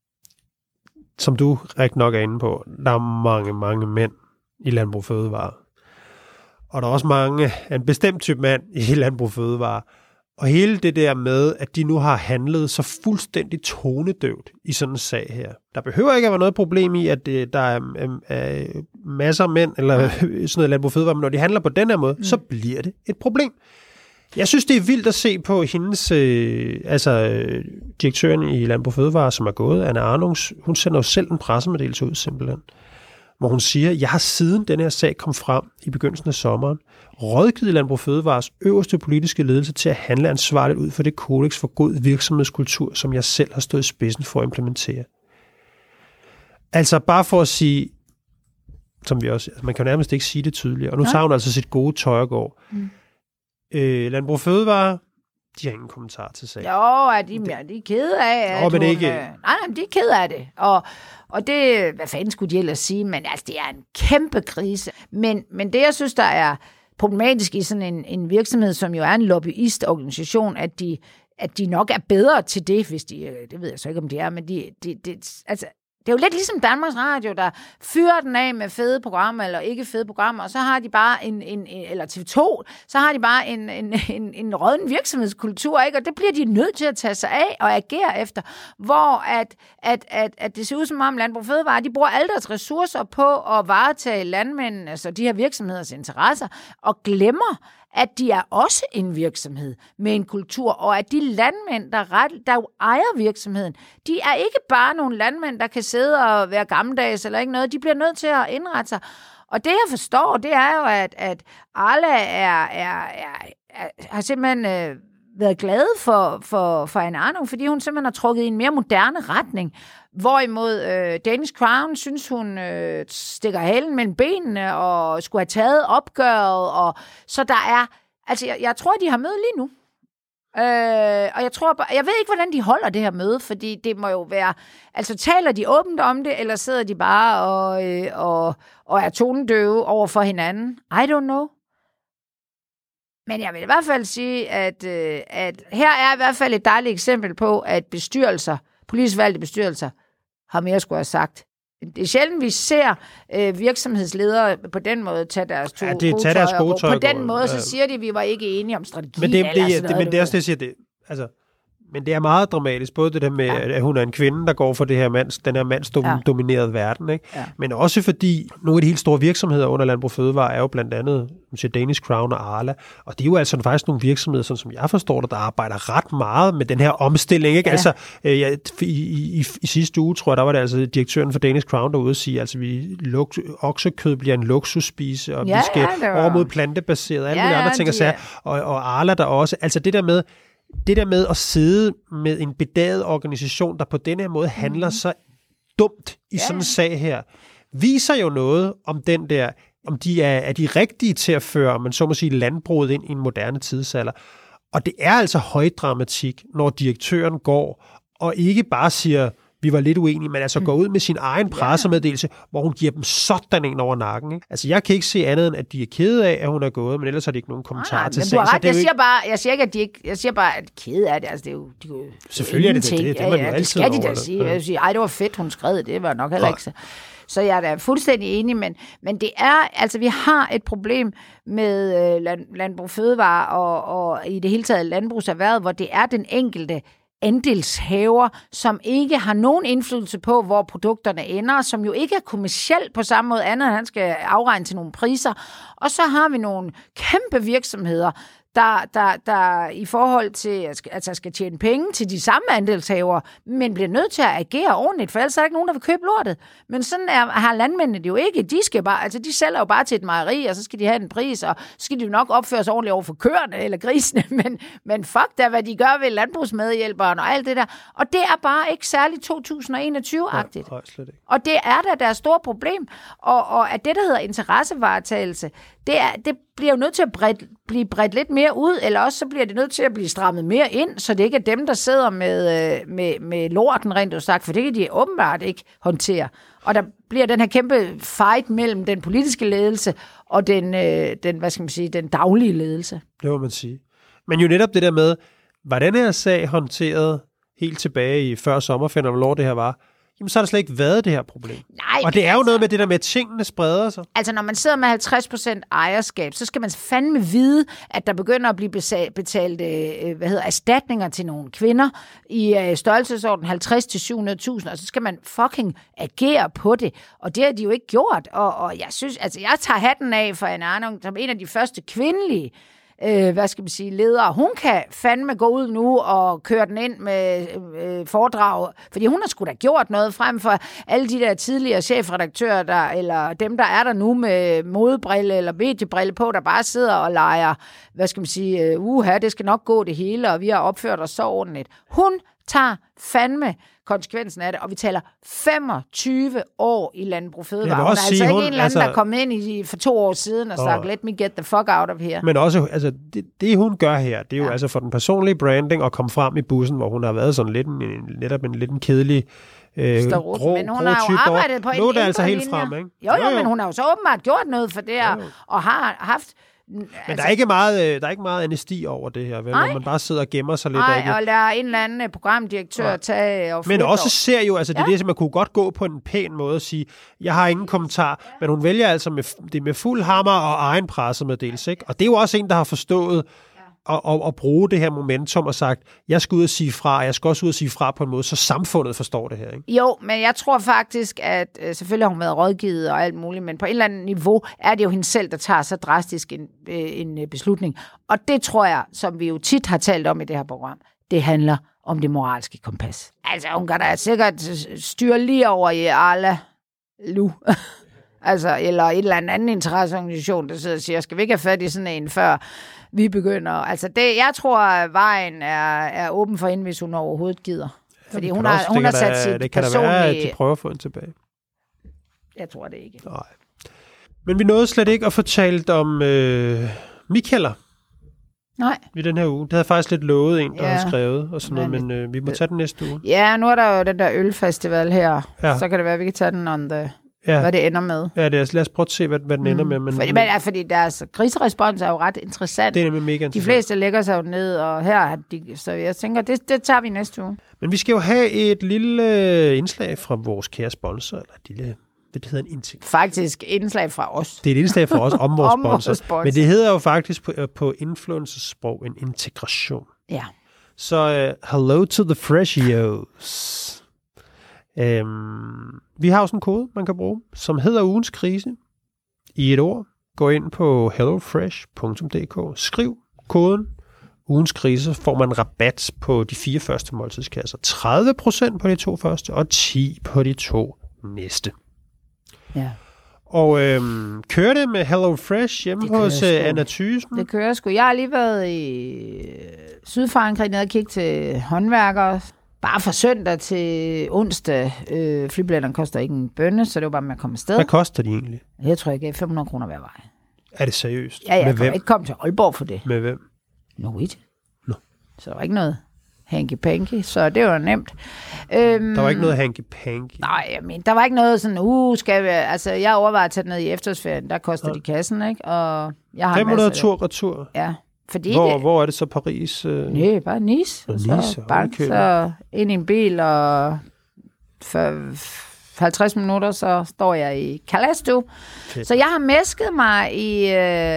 som du rigtig nok er inde på, der er mange mænd i Landbrug Fødevare. Og der er også mange af en bestemt type mand i Landbrug Fødevare. Og hele det der med, at de nu har handlet så fuldstændig tonedøvt i sådan en sag her. Der behøver ikke at være noget problem i, at der er masser af mænd, eller sådan noget Landbrug Fødevare, men når de handler på den her måde, så bliver det et problem. Jeg synes, det er vildt at se på hendes, direktøren i Landbrug Fødevare, som er gået, Anne Arnungs, hun sender jo selv en pressemeddelelse ud simpelthen, hvor hun siger, jeg har siden den her sag kom frem i begyndelsen af sommeren, rådgivet Landbrug Fødevares øverste politiske ledelse til at handle ansvarligt ud for det kodex for god virksomhedskultur, som jeg selv har stået i spidsen for at implementere. Altså bare for at sige, som vi også, man kan jo nærmest ikke sige det tydeligere, og nu tager hun altså sit gode tøj og går. Landbrug Fødevare, de har ingen kommentar til sagen. Jo, de er kede af, at men ikke. Nej, de er kede af det. Og det, hvad fanden skulle de ellers sige, men altså, det er en kæmpe krise. Men det, jeg synes, der er problematisk i sådan en virksomhed, som jo er en lobbyistorganisation, at de nok er bedre til det, hvis de, det ved jeg så ikke, om de er, men altså, det er jo lidt ligesom Danmarks Radio, der fyrer den af med fede programmer eller ikke fede programmer, og så har de bare eller TV2, så har de bare en rådden virksomhedskultur, ikke? Og det bliver de nødt til at tage sig af og agere efter, hvor at det ser ud som om Landbrug Fødevare, de bruger alle deres ressourcer på at varetage landmænd, altså de her virksomheders interesser, og glemmer, at de er også en virksomhed med en kultur, og at de landmænd, der jo ejer virksomheden, de er ikke bare nogle landmænd, der kan sidde og være gammeldags eller ikke noget. De bliver nødt til at indrette sig. Og det, jeg forstår, det er jo, at Arla har simpelthen været glade for Anne Arnung, fordi hun simpelthen har trukket i en mere moderne retning. Hvorimod Danish Crown synes, hun stikker halen mellem benene og skulle have taget opgøret. Og så der er, altså jeg tror, de har møde lige nu. Og jeg ved ikke, hvordan de holder det her møde, fordi det må jo være, altså taler de åbent om det, eller sidder de bare og er tonedøve over for hinanden? I don't know. Men jeg vil i hvert fald sige, at her er i hvert fald et dejligt eksempel på, at bestyrelser, politisk valgte bestyrelser, har mere skulle have sagt. Det er sjældent, vi ser virksomhedsledere på den måde tage deres gode tøj. På den måde, så siger de, at vi var ikke enige om strategien. Men det er også det, jeg siger. Altså, Men det er meget dramatisk, både det der med, at hun er en kvinde, der går for det her den her mandsdominerede verden, ikke? Ja. Men også fordi nogle af de helt store virksomheder under Landbrug Fødevare er jo blandt andet Danish Crown og Arla, og det er jo altså faktisk nogle virksomheder, sådan som jeg forstår det, der arbejder ret meget med den her omstilling, ikke? Ja. Altså, i sidste uge, tror jeg, der var det altså direktøren for Danish Crown derude og sige, altså oksekød bliver en luksusspise, og vi skal over mod plantebaseret, alle mulige andre ting at sige, og Arla der også, altså det der med at sidde med en bedaget organisation, der på denne her måde handler så dumt i sådan en sag her, viser jo noget om den der, om de er de rigtige til at føre, man så må sige, landbruget ind i en moderne tidsalder. Og det er altså højdramatik, når direktøren går og ikke bare siger, vi var lidt uenige, men altså går ud med sin egen pressemeddelelse, hvor hun giver dem sådan en over nakken. Ikke? Altså, jeg kan ikke se andet end, at de er kede af, at hun er gået, men ellers har de ikke nogen kommentarer til sagen. Jeg siger ikke, at de ikke... Jeg siger bare, at kede af det. Altså, det er jo... Selvfølgelig er det man jo altid det skal de da sige. Jeg vil sige, det var fedt, hun skrev det. Var nok heller ikke så... Så jeg er da fuldstændig enig, men det er, altså vi har et problem med Landbrug Fødevare og i det hele taget landbrugserhvervet, hvor det er den enkelte andelshaver, som ikke har nogen indflydelse på, hvor produkterne ender, som jo ikke er kommercielt på samme måde andet, han skal afregne til nogle priser. Og så har vi nogle kæmpe virksomheder, der i forhold til, altså skal tjene penge til de samme andelshavere, men bliver nødt til at agere ordentligt, for ellers er der ikke nogen, der vil købe lortet. Men sådan har landmændene det jo ikke. De skal bare, altså de sælger jo bare til et mejeri, og så skal de have en pris, og så skal de jo nok opføre sig ordentligt over for køerne eller grisene, men fuck da, hvad de gør ved landbrugsmedhjælperen og alt det der. Og det er bare ikke særligt 2021-agtigt. Nej, og det er da deres store problem. Og at det, der hedder interessevaretagelse, det bliver jo nødt til at blive bredt lidt mere ud, eller også så bliver det nødt til at blive strammet mere ind, så det ikke er dem, der sidder med lorten rent udsagt, for det kan de åbenbart ikke håndtere. Og der bliver den her kæmpe fight mellem den politiske ledelse og den hvad skal man sige, den daglige ledelse. Det må man sige. Men jo netop det der med, var den her sag håndteret helt tilbage i før sommerferien, hvornår det her var, jamen så har der slet ikke været det her problem. Nej, og det er jo noget med det der med, at tingene spreder sig. Altså, når man sidder med 50% ejerskab, så skal man fandme vide, at der begynder at blive betalt erstatninger til nogle kvinder i størrelsesorden 50-700.000, og så skal man fucking agere på det. Og det har de jo ikke gjort. Og jeg synes, altså, jeg tager hatten af for Anne Arnung, som en af de første kvindelige ledere. Hun kan fandme gå ud nu og køre den ind med foredrag, fordi hun har sgu da gjort noget frem for alle de der tidligere chefredaktører, eller dem, der er der nu med modebrille eller mediebrille på, der bare sidder og leger, det skal nok gå det hele, og vi har opført os så ordentligt. Hun tager fandme konsekvensen af det, og vi taler 25 år i Landbrug Fødevare. Hun er altså ikke en eller anden, der er kommet ind for 2 år siden og sagt, let me get the fuck out of here. Men også, altså, det hun gør her, det er jo altså for den personlige branding at komme frem i bussen, hvor hun har været sådan lidt en kedelig grå men hun har jo arbejdet på en nu er det altså helt frem, ikke? Jo, men hun har jo så åbenbart gjort noget for det her, og har haft... Men der er ikke meget amnesti over det her, vel? Når man bare sidder og gemmer sig lidt. Nej, og lader en eller anden programdirektør tage og men også ser jo, altså det er det, som man kunne godt gå på en pæn måde og sige, jeg har ingen kommentar, men hun vælger altså med fuld hammer og egen pressemeddelelse, ikke? Og det er jo også en, der har forstået at bruge det her momentum og sagt, jeg skal ud og sige fra, og jeg skal også ud og sige fra på en måde, så samfundet forstår det her, ikke? Jo, men jeg tror faktisk, at selvfølgelig har hun været rådgivet og alt muligt, men på en eller anden niveau er det jo hende selv, der tager så drastisk en beslutning. Og det tror jeg, som vi jo tit har talt om i det her program, det handler om det moralske kompas. Altså, hun kan da sikkert styre lige over i Arla Lu. Altså, eller et eller anden interesseorganisation, der sidder og siger, skal vi ikke have fat i sådan en, før vi begynder? Altså, jeg tror, at vejen er åben for hende, hvis hun overhovedet gider. Fordi hun har sat sit personlige... Det kan da være, at de prøver at få hende tilbage. Jeg tror det ikke. Nej. Men vi nåede slet ikke at få talt om Michaeler. Nej. I den her uge. Det havde faktisk lidt lovet en, der har skrevet og sådan noget, men vi må tage den næste uge. Ja, nu er der jo den der ølfestival her. Ja. Så kan det være, at vi kan tage den on the... hvad det ender med. Ja, lad os prøve at se, hvad den ender med. Fordi deres kriserespons er jo ret interessant. Det er nemlig mega interessant. De fleste lægger sig jo ned, og her har de... Så jeg tænker, det tager vi næste uge. Men vi skal jo have et lille indslag fra vores kære sponsor, eller et lille... Det hedder en integration. Faktisk indslag fra os. Det er et indslag fra os om vores sponsor. Men det hedder jo faktisk på influencersprog en integration. Ja. Så hello to the freshios. Vi har også en kode, man kan bruge, som hedder ugens krise. I et ord. Gå ind på hellofresh.dk. Skriv koden ugens krise, får man rabat på de 4 første måltidskasser. 30% på de 2 første, og 10% på de 2 næste. Ja. Og kører det med HelloFresh hjemme hos Anna Thysen? Det kører sgu. Jeg har lige været i Sydfrankrig nede og kigge til håndværkere. Bare fra søndag til onsdag. Flybilletterne koster ikke en bønne, så det var bare med at komme afsted. Hvad koster de egentlig? Jeg tror, jeg gav 500 kroner hver vej. Er det seriøst? Ja, jeg kan ikke komme til Aalborg for det. Med hvem? Norwegian. No. Så der var ikke noget hanky-panky, så det var nemt. Der var ikke noget hanky-panky? Nej, jeg mener, der var ikke noget sådan, skal vi... Altså, jeg overvejede at tage ned i efterårsferien, der koster de kassen, ikke? Og jeg har 500 tur-retur? Ja. Fordi hvor er det så Paris? Nej, bare Nice. Og så bank, så ind i en bil, og for 50 minutter, så står jeg i Calastu. Så jeg har mæsket mig i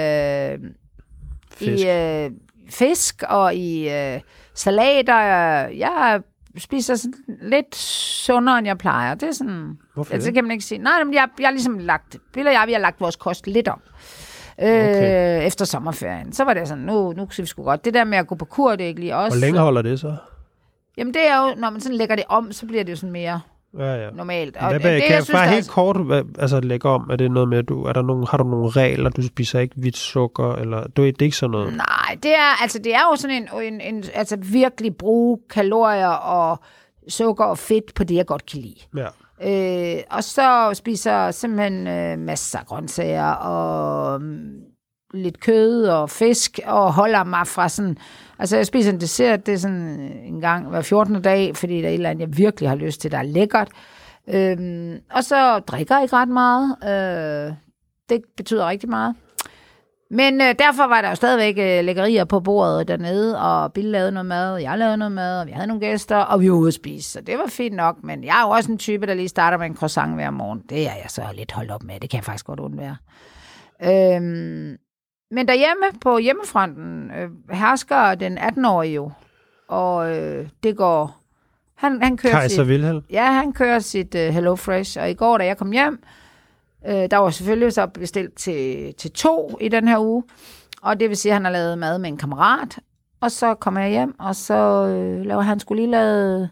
fisk og i salater. Jeg spiser sådan lidt sundere, end jeg plejer. Det er sådan... Hvorfor altså, det kan man ikke sige. Nej, men jeg har ligesom vi har lagt vores kost lidt om. Efter sommerferien. Så var det sådan, nu skal vi sgu godt. Det der med at gå på kur, det er ikke lige også. Hvor længe holder det så? Jamen det er jo, når man sådan lægger det om, så bliver det jo sådan mere normalt. Og kan jeg bare helt kort lægge om, er det noget med, har du nogle regler, du spiser ikke hvidt sukker, eller det er ikke sådan noget? Nej, det er jo sådan en altså virkelig bruge kalorier og sukker og fedt på det, jeg godt kan lide. Ja. Og så spiser simpelthen masser af grøntsager og lidt kød og fisk, og holder mig fra sådan... Altså, jeg spiser en dessert, det er sådan en gang hver 14. dag, fordi der er et eller andet, jeg virkelig har lyst til, der er lækkert. Og så drikker jeg ikke ret meget. Det betyder rigtig meget. Men derfor var der jo stadigvæk lækkerier på bordet dernede, og Bill lavede noget mad, jeg lavede noget mad, og vi havde nogle gæster, og vi var ude at spise. Så det var fint nok, men jeg er jo også en type, der lige starter med en croissant hver morgen. Det er jeg så lidt holdt op med, det kan jeg faktisk godt undvære. Men derhjemme på hjemmefronten hersker den 18-årige jo, og det går... Han kører Kaiser Wilhelm? Ja, han kører sit HelloFresh, og i går, da jeg kom hjem, der var selvfølgelig så bestilt til 2 i den her uge, og det vil sige, at han har lavet mad med en kammerat, og så kommer jeg hjem, og så laver han skulle lige lave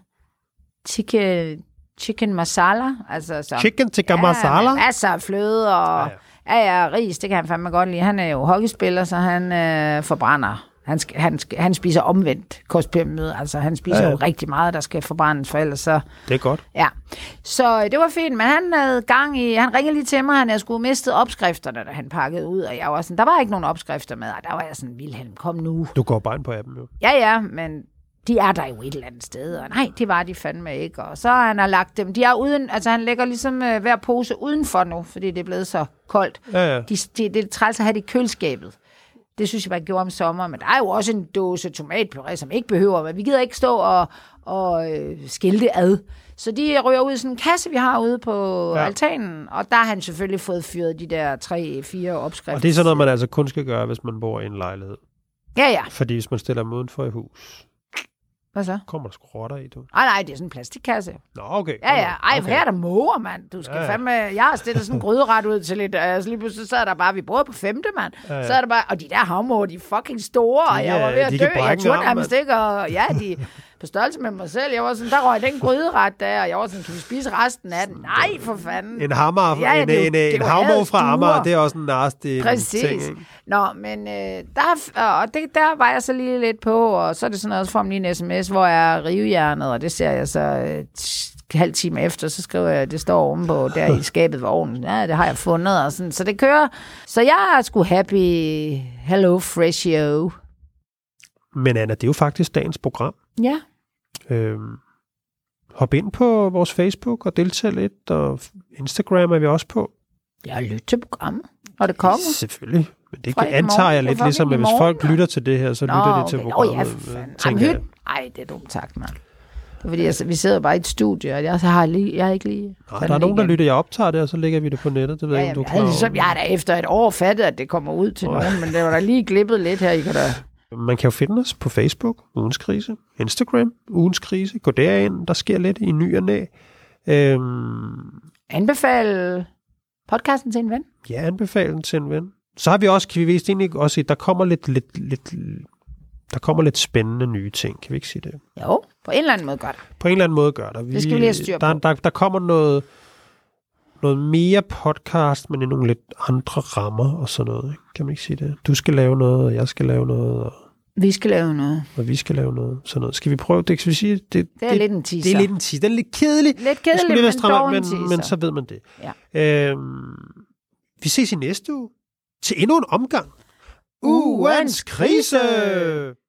chicken masala. Altså, så, chicken tikka masala? Masser af fløde og ris, det kan han fandme godt lide. Han er jo hockeyspiller, så han forbrænder. Han spiser omvendt kostpyramide, altså han spiser jo rigtig meget, der skal forbrændes for ellers så... Det er godt. Ja, så det var fint, men han havde gang i... Han ringede lige til mig, han havde sgu mistet opskrifterne, da han pakkede ud, og jeg var sådan, der var ikke nogen opskrifter med, og der var jeg sådan, Wilhelm, kom nu. Du går bare ind på appen jo. Ja, men de er der jo et eller andet sted, og nej, det var de fandme ikke, og så han har lagt dem, de er uden, altså han lægger ligesom hver pose udenfor nu, fordi det er blevet så koldt. Ja. Det er træls at have det i køleskabet. Det synes jeg bare gjorde om sommer, men der er jo også en dåse tomatpuré, som ikke behøver, men vi gider ikke stå og skilte ad. Så de ryger ud i sådan en kasse, vi har ude på altanen, og der har han selvfølgelig fået fyret de der 3-4 opskrifter. Og det er sådan noget, man altså kun skal gøre, hvis man bor i en lejlighed. Ja. Fordi hvis man stiller dem udenfor i hus, hvad så? Kommer der sgu rotter i, du? Nej, det er sådan en plastikkasse. Nå, okay. Ja. Ej, okay. Her er der måger, mand. Du skal fandme... Jeg har stillet sådan en gryderet ud til lidt... Altså lige pludselig så er der bare... Vi bor på 5. mand. Ja. Så er der bare... Og de der havmåger, de er fucking store, og jeg var ved at dø. Jeg turde nærmest ikke, og de... På størrelse med mig selv. Jeg var sådan, der røg den gryderet der, og jeg var sådan, kan vi spise resten af den? Nej, for fanden. En hammer, en havmåge fra Amager, det er også en nasty ting, ikke? Nå, men der var jeg så lige lidt på, og så er det sådan noget, får lige en sms, hvor jeg er rivejernet, og det ser jeg så halv time efter, så skriver jeg, det står ovenpå der i skabet ved ovnen. Ja, det har jeg fundet, og sådan, så det kører. Så jeg er sgu happy. Hello, Freshio. Men Anna, det er jo faktisk dagens program. Ja. Hop ind på vores Facebook og deltage lidt, og Instagram er vi også på. Jeg har lyttet til programmet, og det kommer. Selvfølgelig, men det antager jeg lidt ligesom, at hvis folk lytter til det her, så lytter de til programmet. Ej, det er dumt sagt, mand. Det er fordi, vi sidder bare i et studie, og jeg har ikke lige... Nej, der er nogen, der lytter, jeg optager det, og så lægger vi det på nettet. Det ved jeg ikke, du er klar over. Jeg har da efter et år fattet, at det kommer ud til nogen, men det var da lige glippet lidt her, I kan da... man kan jo finde os på Facebook, Ugens Krise, Instagram, Ugens Krise. Gå derind, der sker lidt i ny og næ. Anbefale podcasten til en ven. Ja, anbefale den til en ven. Så har vi også, kan vi vist egentlig også sige, der kommer lidt spændende nye ting, kan vi ikke sige det? Jo, på en eller anden måde gør det. På en eller anden måde gør det. Det skal vi lige have styr på. Der kommer noget mere podcast, men i nogle lidt andre rammer og sådan noget. Ikke? Kan man ikke sige det? Du skal lave noget, og jeg skal lave noget. Og vi skal lave noget. Og vi skal lave noget. Sådan noget. Skal vi prøve det? Skal vi sige, det er lidt en teaser. Det er lidt en teaser. Den er lidt kedelig. Lidt kedelig, men dog en teaser. Men så ved man det. Ja. Vi ses i næste uge til endnu en omgang. Ugens Krise!